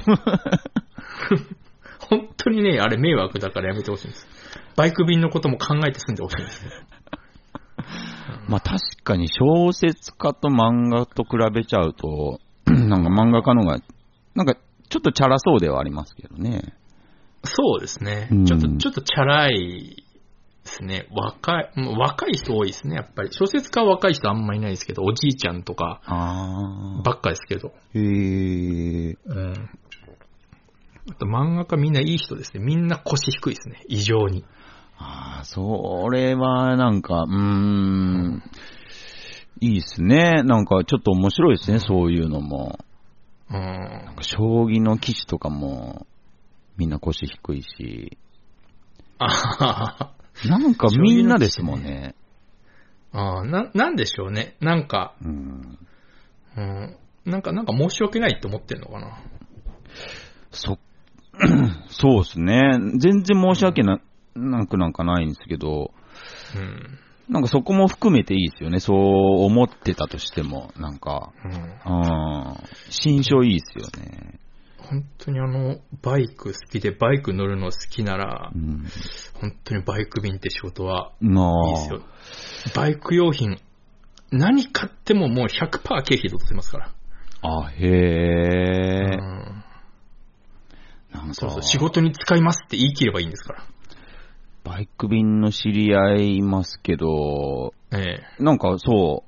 S1: 本当にね、あれ迷惑だからやめてほしいんです。バイク便のことも考えて住んでほしいんですね。
S2: まあ確かに小説家と漫画と比べちゃうと、なんか漫画家のが、なんかちょっとチャラそうではありますけどね。
S1: そうですね。
S2: うん、
S1: ちょっと、ちょっとチャラいですね。若い、もう若い人多いですね、やっぱり。小説家は若い人あんまいないですけど、おじいちゃんとかばっかですけど。
S2: へー。
S1: うん。あと漫画家みんないい人ですね。みんな腰低いですね。異常に。
S2: ああ、それはなんか、うーん、いいですね。なんかちょっと面白いですね、そういうのも。
S1: うん。
S2: なんか将棋の棋士とかもみんな腰低いし。
S1: あ
S2: なんかみんなですもんね。
S1: ああ、な、なんでしょうね。なんか、
S2: うん、
S1: うん、なんか、なんか申し訳ないって思ってんのかな。
S2: そ、そうですね。全然申し訳な、なくなんかないんですけど、うん、なんかそこも含めていいですよね。そう思ってたとしても、なんか、うん、心象いいですよね。
S1: 本当にあの、バイク好きで、バイク乗るの好きなら、うん、本当にバイク便って仕事はいいですよ。バイク用品、何買ってももう ひゃくパーセント 経費で落とせますから。
S2: あ、へー。うん、
S1: なんかそうそう、仕事に使いますって言い切ればいいんですから。
S2: バイク便の知り合いいますけど、ええ、なんかそう、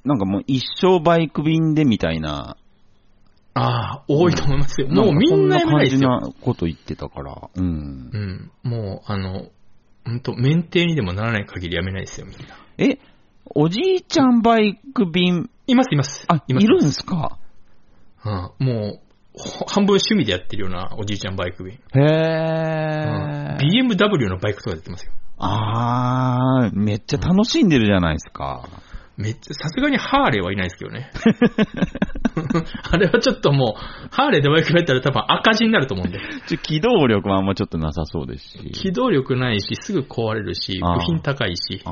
S2: なんかもう一生バイク便でみたいな。
S1: ああ、多いと思いますよ。うん、もうみんなやめないですよ。
S2: そんな感じなこと言ってたから。うん。
S1: うん。もう、あの、ほんと、免停にでもならない限りやめないですよ、みんな。
S2: え、おじいちゃんバイク便
S1: います、います。
S2: あ、いるんですか？
S1: うん。もう、半分趣味でやってるようなおじいちゃんバイク便。
S2: へー。
S1: うん、ビーエムダブリュー のバイクとかやってますよ。
S2: あー、めっちゃ楽しんでるじゃないですか。
S1: うん、めっちゃ、さすがにハーレーはいないですけどね。あれはちょっともう、ハーレーでバイクやったら多分赤字になると思うんで。
S2: ちょ機動力もあんまちょっとなさそうですし。
S1: 機動力ないし、すぐ壊れるし、部品高いし、うん、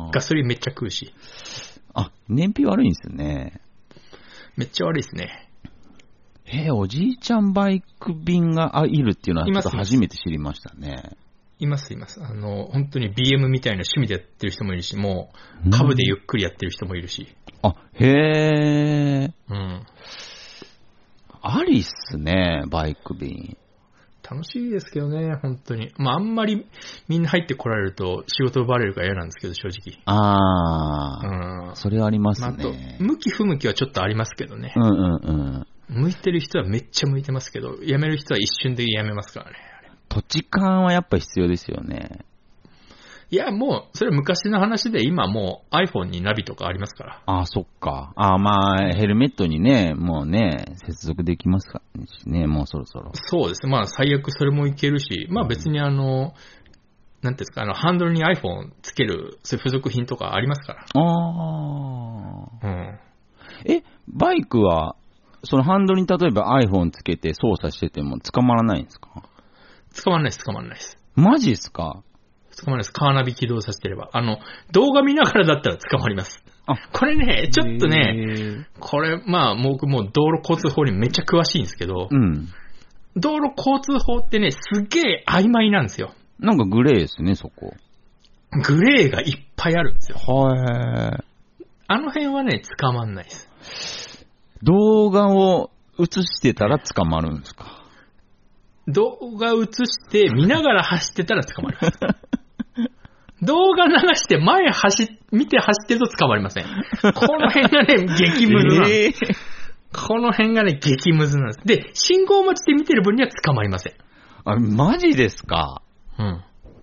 S1: ガソリンめっちゃ食うし。
S2: あ、燃費悪いんですよね。
S1: めっちゃ悪いですね。
S2: えー、おじいちゃんバイク便があいるっていうのはちょっと初めて知りましたね。
S1: いますいます。あの、本当に ビーエム みたいな趣味でやってる人もいるし、もう株でゆっくりやってる人もいるし。
S2: うん、あ、へー。
S1: うん。
S2: ありっすね、バイク便。
S1: 楽しいですけどね、本当に。まああんまりみんな入ってこられると仕事奪われるから嫌なんですけど、正直。
S2: あー。うん。それはありますね。まあ、あと、
S1: 向き不向きはちょっとありますけどね。
S2: うんうんうん。
S1: 向いてる人はめっちゃ向いてますけど、辞める人は一瞬で辞めますからね。
S2: 土地勘はやっぱ必要ですよね。
S1: いや、もう、それ昔の話で、今もう iPhone にナビとかありますから。
S2: ああ、そっか。ああ、まあ、ヘルメットにね、もうね、接続できますからね、もうそろそろ。
S1: そうですね。まあ、最悪それもいけるし、まあ別にあの、うん、なんていうんですか、あの、ハンドルに iPhone つける、そういう付属品とかありますから。あ
S2: あ。
S1: うん。
S2: え、バイクは、そのハンドルに例えば iPhone つけて操作してても捕まらないんですか？
S1: 捕まらないです、捕まらないです。
S2: マジですか？
S1: 捕まらないです。カーナビ起動させてれば。あの、動画見ながらだったら捕まります。あ、これね、ちょっとね、これ、まあ、僕もう道路交通法にめっちゃ詳しいんですけど、うん、道路交通法ってね、すげえ曖昧なんですよ。
S2: なんかグレーですね、そこ。
S1: グレーがいっぱいあるんですよ。
S2: はい。
S1: あの辺はね、捕まんないです。
S2: 動画を映してたら捕まるんですか？
S1: 動画映して見ながら走ってたら捕まります。動画流して前走、見て走ってると捕まりません。この辺がね、激ムズなんです。えー、この辺がね、激ムズなんです。で、信号待ちで見てる分には捕まりません。
S2: あ、マジですか？
S1: うん。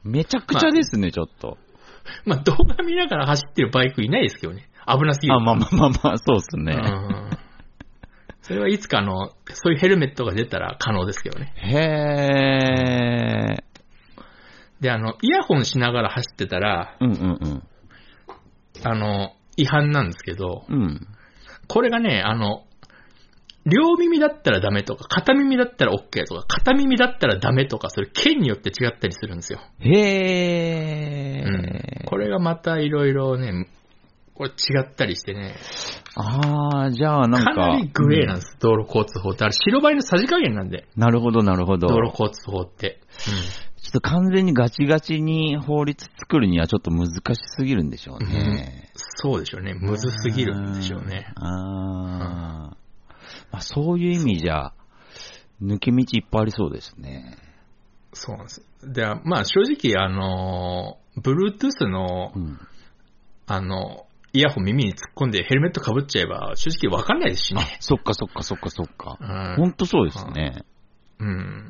S2: めちゃくちゃですね、まあ、ちょっと。
S1: まあ動画見ながら走ってるバイクいないですけどね。危なすぎる。
S2: あ、まあまあまあまあ、そうですね。
S1: うんそれはいつかの、そういうヘルメットが出たら可能ですけどね。
S2: へー。
S1: で、あの、イヤホンしながら走ってたら、
S2: うんうんうん。
S1: あの、違反なんですけど、
S2: うん。
S1: これがね、あの、両耳だったらダメとか、片耳だったら OK とか、片耳だったらダメとか、それ県によって違ったりするんですよ。
S2: へー。
S1: うん。これがまたいろいろね、これ違ったりしてね。
S2: あー、じゃあなんか。
S1: かなりグレーなんです、うん、道路交通法って。あれ、白バイのさじ加減なんで。
S2: なるほど、なるほど。
S1: 道路交通法って。うん。
S2: ちょっと完全にガチガチに法律作るにはちょっと難しすぎるんでしょうね。うん、
S1: そうでしょうね。むずすぎるんでしょうね。
S2: あー。あーまあ、そういう意味じゃ、抜け道いっぱいありそうですね。
S1: そうなんです。で、まあ正直、あの、Bluetooth の、うん、あの、イヤホン耳に突っ込んでヘルメット被っちゃえば正直わかんないですしね。
S2: あ、そっかそっかそっかそっか。うん、ほんとそうですね。
S1: うん。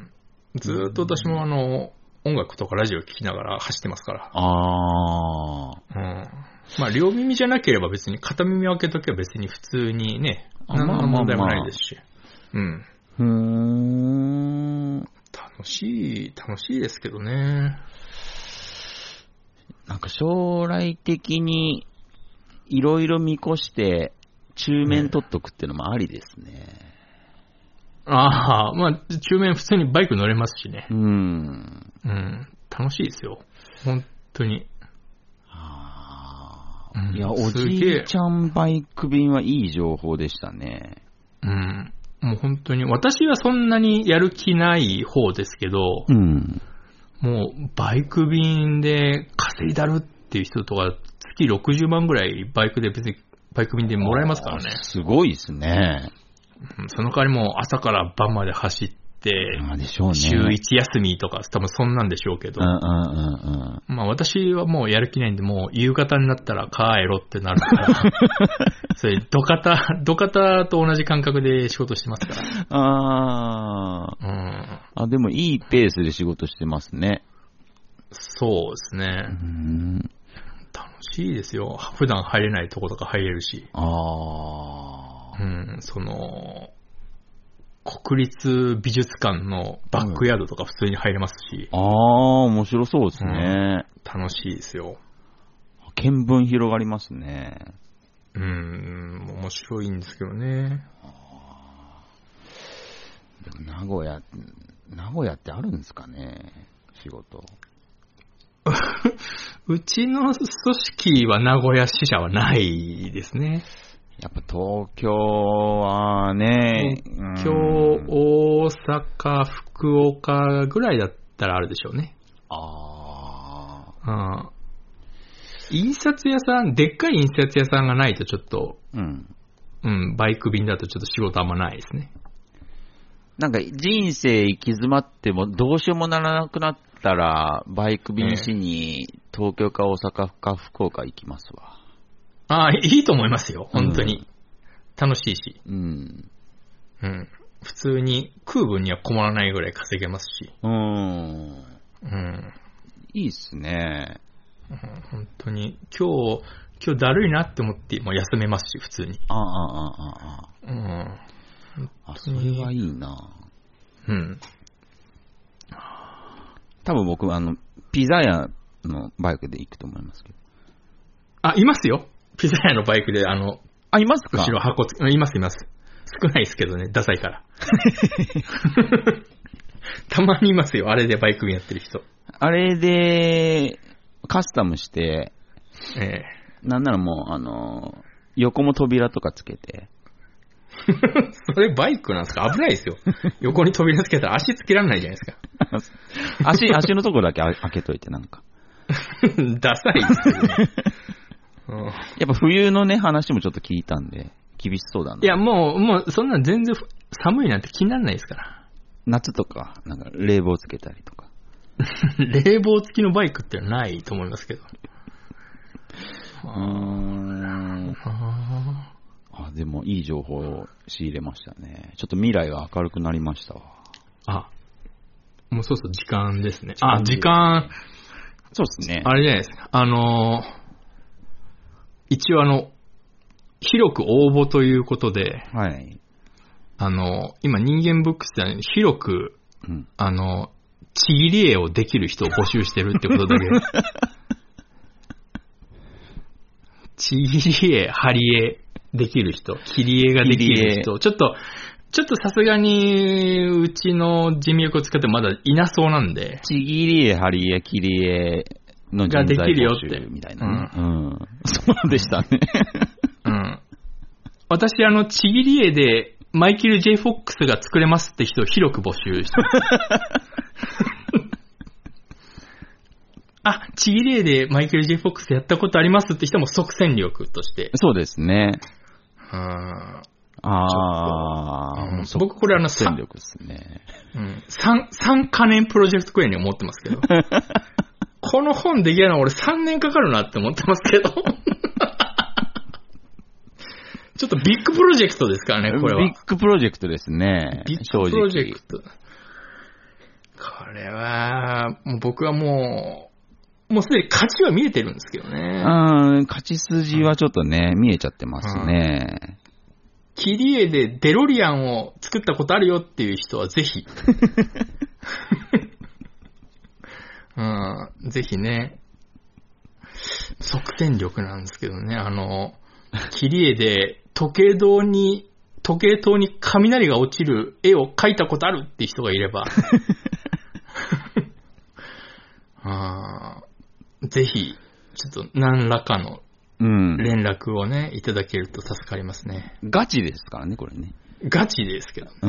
S1: ずーっと私もあの、音楽とかラジオ聴きながら走ってますから。
S2: あー。
S1: うん。まあ両耳じゃなければ別に片耳開けとけば別に普通にね、何の問題もないですし。うん。
S2: ふーん。
S1: 楽しい、楽しいですけどね。
S2: なんか将来的にいろいろ見越して中面取っとくっていうのもありですね。ね
S1: ああ、まあ中面普通にバイク乗れますしね。
S2: うん。
S1: うん。楽しいですよ。本当に。
S2: いや、おじいちゃんバイク便はいい情報でしたね。
S1: うん。もう本当に、私はそんなにやる気ない方ですけど、
S2: うん、
S1: もうバイク便で稼いだるっていう人とか、月ろくじゅうまんぐらいバイクで別に、バイク便でもらえますからね。
S2: すごいですね。
S1: その代わりもう朝から晩まで走って、
S2: でしょうね、
S1: 週いち休みとか、多分そんなんでしょうけど、
S2: うんうんうんうん、
S1: まあ私はもうやる気ないんで、もう夕方になったら帰ろってなるから、それ、ドカタ、ドカタと同じ感覚で仕事してますから。
S2: ああ、うん。あ、でもいいペースで仕事してますね。
S1: そうですね。うん、楽しいですよ。普段入れないとことか入れるし。
S2: ああ。
S1: うん、その、国立美術館のバックヤードとか普通に入れますし。
S2: うん、ああ、面白そうですね、うん。
S1: 楽しいですよ。
S2: 見聞広がりますね。
S1: うん、面白いんですけどね。
S2: でも名古屋、名古屋ってあるんですかね、仕事。
S1: うちの組織は名古屋支社はないですね。
S2: やっぱ東京はね、
S1: 東京、大阪、福岡ぐらいだったらあるでしょうね。
S2: あ
S1: あ。印刷屋さん、でっかい印刷屋さんがないとちょっと、
S2: うん。
S1: うん、バイク便だとちょっと仕事あんまないですね。
S2: なんか人生行き詰まってもどうしようもならなくなったら、バイク便しに東京か大阪か福岡行きますわ。
S1: ああ、いいと思いますよ、本当に。うん、楽しいし。
S2: うん。
S1: うん。普通に空分には困らないぐらい稼げますし。
S2: うん。
S1: うん。
S2: いいっすね。
S1: うん、本当に。今日、今日だるいなって思ってもう休めますし、普通に。
S2: ああ、ああ、ああ。
S1: うん。
S2: あ、それはいいな。
S1: うん。
S2: 多分僕、あの、ピザ屋のバイクで行くと思いますけど。
S1: あ、いますよ。ピザ屋のバイクで、あの、
S2: あ、いますか？
S1: 後ろ箱つ、いますいます。少ないですけどね、ダサいから。たまにいますよ、あれでバイクやってる人。
S2: あれで、カスタムして、
S1: ええ。
S2: なんならもう、あの、横も扉とかつけて。
S1: それバイクなんですか？危ないですよ。横に扉つけたら足つけられないじゃないですか。
S2: 足、足のとこだけ開けといてなんか。
S1: ダサいですよね。うん、
S2: やっぱ冬のね、話もちょっと聞いたんで、厳しそうだな。
S1: いや、もう、もう、そんなん全然寒いなんて気にならないですから。
S2: 夏とか、なんか冷房つけたりとか。
S1: 冷房付きのバイクってないと思いますけど。
S2: うーん。あ、でもいい情報を仕入れましたね。ちょっと未来が明るくなりましたわ。
S1: あ、もうそうそう、時間ですね。あ、時間、
S2: そうですね。
S1: あれじゃないですか。あの、一応あの、広く応募ということで、
S2: はい。
S1: あの、今人間ブックスで広く、うん、あの、ちぎり絵をできる人を募集してるってことだけ。ちぎり絵、貼り絵できる人、切り絵ができる人、ちょっと、ちょっとさすがに、うちの人脈を使ってまだいなそうなんで。
S2: ちぎり絵、貼り絵、切り絵の人材募集みたいなね。うん。うん、そうでしたね。
S1: うん。私、あの、ちぎり絵で、マイケル・ J ・フォックスが作れますって人を広く募集してます。あ、ちぎり絵でマイケル・ J ・フォックスやったことありますって人も即戦力として。
S2: そうですね。
S1: あ
S2: あ、うん、
S1: 僕これあの、
S2: 戦力ですね。
S1: うん。三、三可燃プロジェクトくらいに思ってますけど。この本できるのは俺さんねんかかるなって思ってますけど。ちょっとビッグプロジェクトですからね、これは。
S2: ビッグプロジェクトですね。
S1: ビッグプロジェクト。これは、もう僕はもう、もうすでに勝ちは見えてるんですけどね。
S2: うん、勝ち筋はちょっとね、見えちゃってますね。うん、
S1: 切り絵でデロリアンを作ったことあるよっていう人はぜひ。うん、ぜひね。即戦力なんですけどね、あの、切り絵で時計塔に、時計塔に雷が落ちる絵を描いたことあるっていう人がいれば、あぜひ、ちょっと何らかの連絡をね、いただけると助かりますね。
S2: ガチですからね、これね。
S1: ガチですけどね。
S2: うん、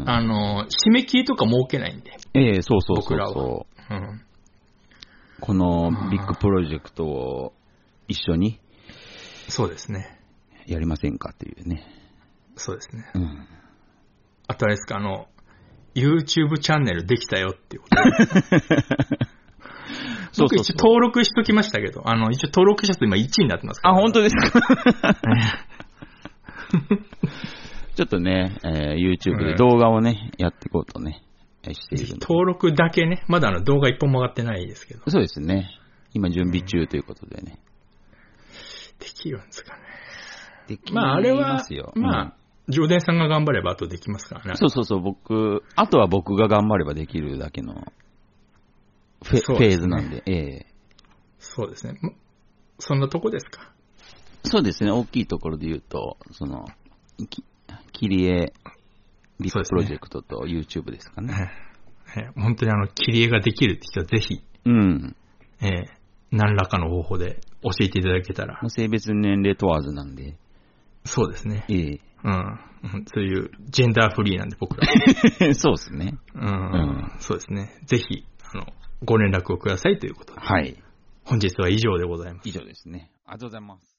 S1: あの、締め切りとか設けないんで。
S2: ええ、そうそうそうそう。
S1: 僕らは。うん、
S2: このビッグプロジェクトを一緒に。
S1: そうですね。
S2: やりませんかっていうね。
S1: そうですね。
S2: うん。
S1: あとあれですか、あの、YouTube チャンネルできたよっていうこと僕一応登録しときましたけど、あの、一応登録者数今いちいになってますから。
S2: あ、本当ですかちょっとね、えー、YouTube で動画をね、やっていこうとね、している。
S1: 登録だけね、まだあの動画一本も上がってないですけど。
S2: そうですね。今準備中ということでね。
S1: うん、できるんですかね。
S2: できますよ。
S1: まあ、あれは、まあ、常連さんが頑張ればあとできますからね。
S2: そうそうそう、僕、あとは僕が頑張ればできるだけのフ ェ,、ね、フェーズなんで、ええ。
S1: そうですね。そんなとこですか。
S2: そうですね、大きいところで言うと、その、切り絵ビッグプロジェクトと YouTube ですかね。
S1: ね、本当にあの、切り絵ができるって人はぜひ、
S2: うん。
S1: ええ、何らかの方法で教えていただけたら。
S2: 性別年齢問わずなんで。
S1: そうですね。
S2: ええ。
S1: うん。そういうジェンダーフリーなんで僕ら。
S2: そうですね。
S1: うん。うん、そうですね。ぜひ、あの、ご連絡をくださいということで。
S2: はい。
S1: 本日は以上でございます。
S2: 以上ですね。ありがとうございます。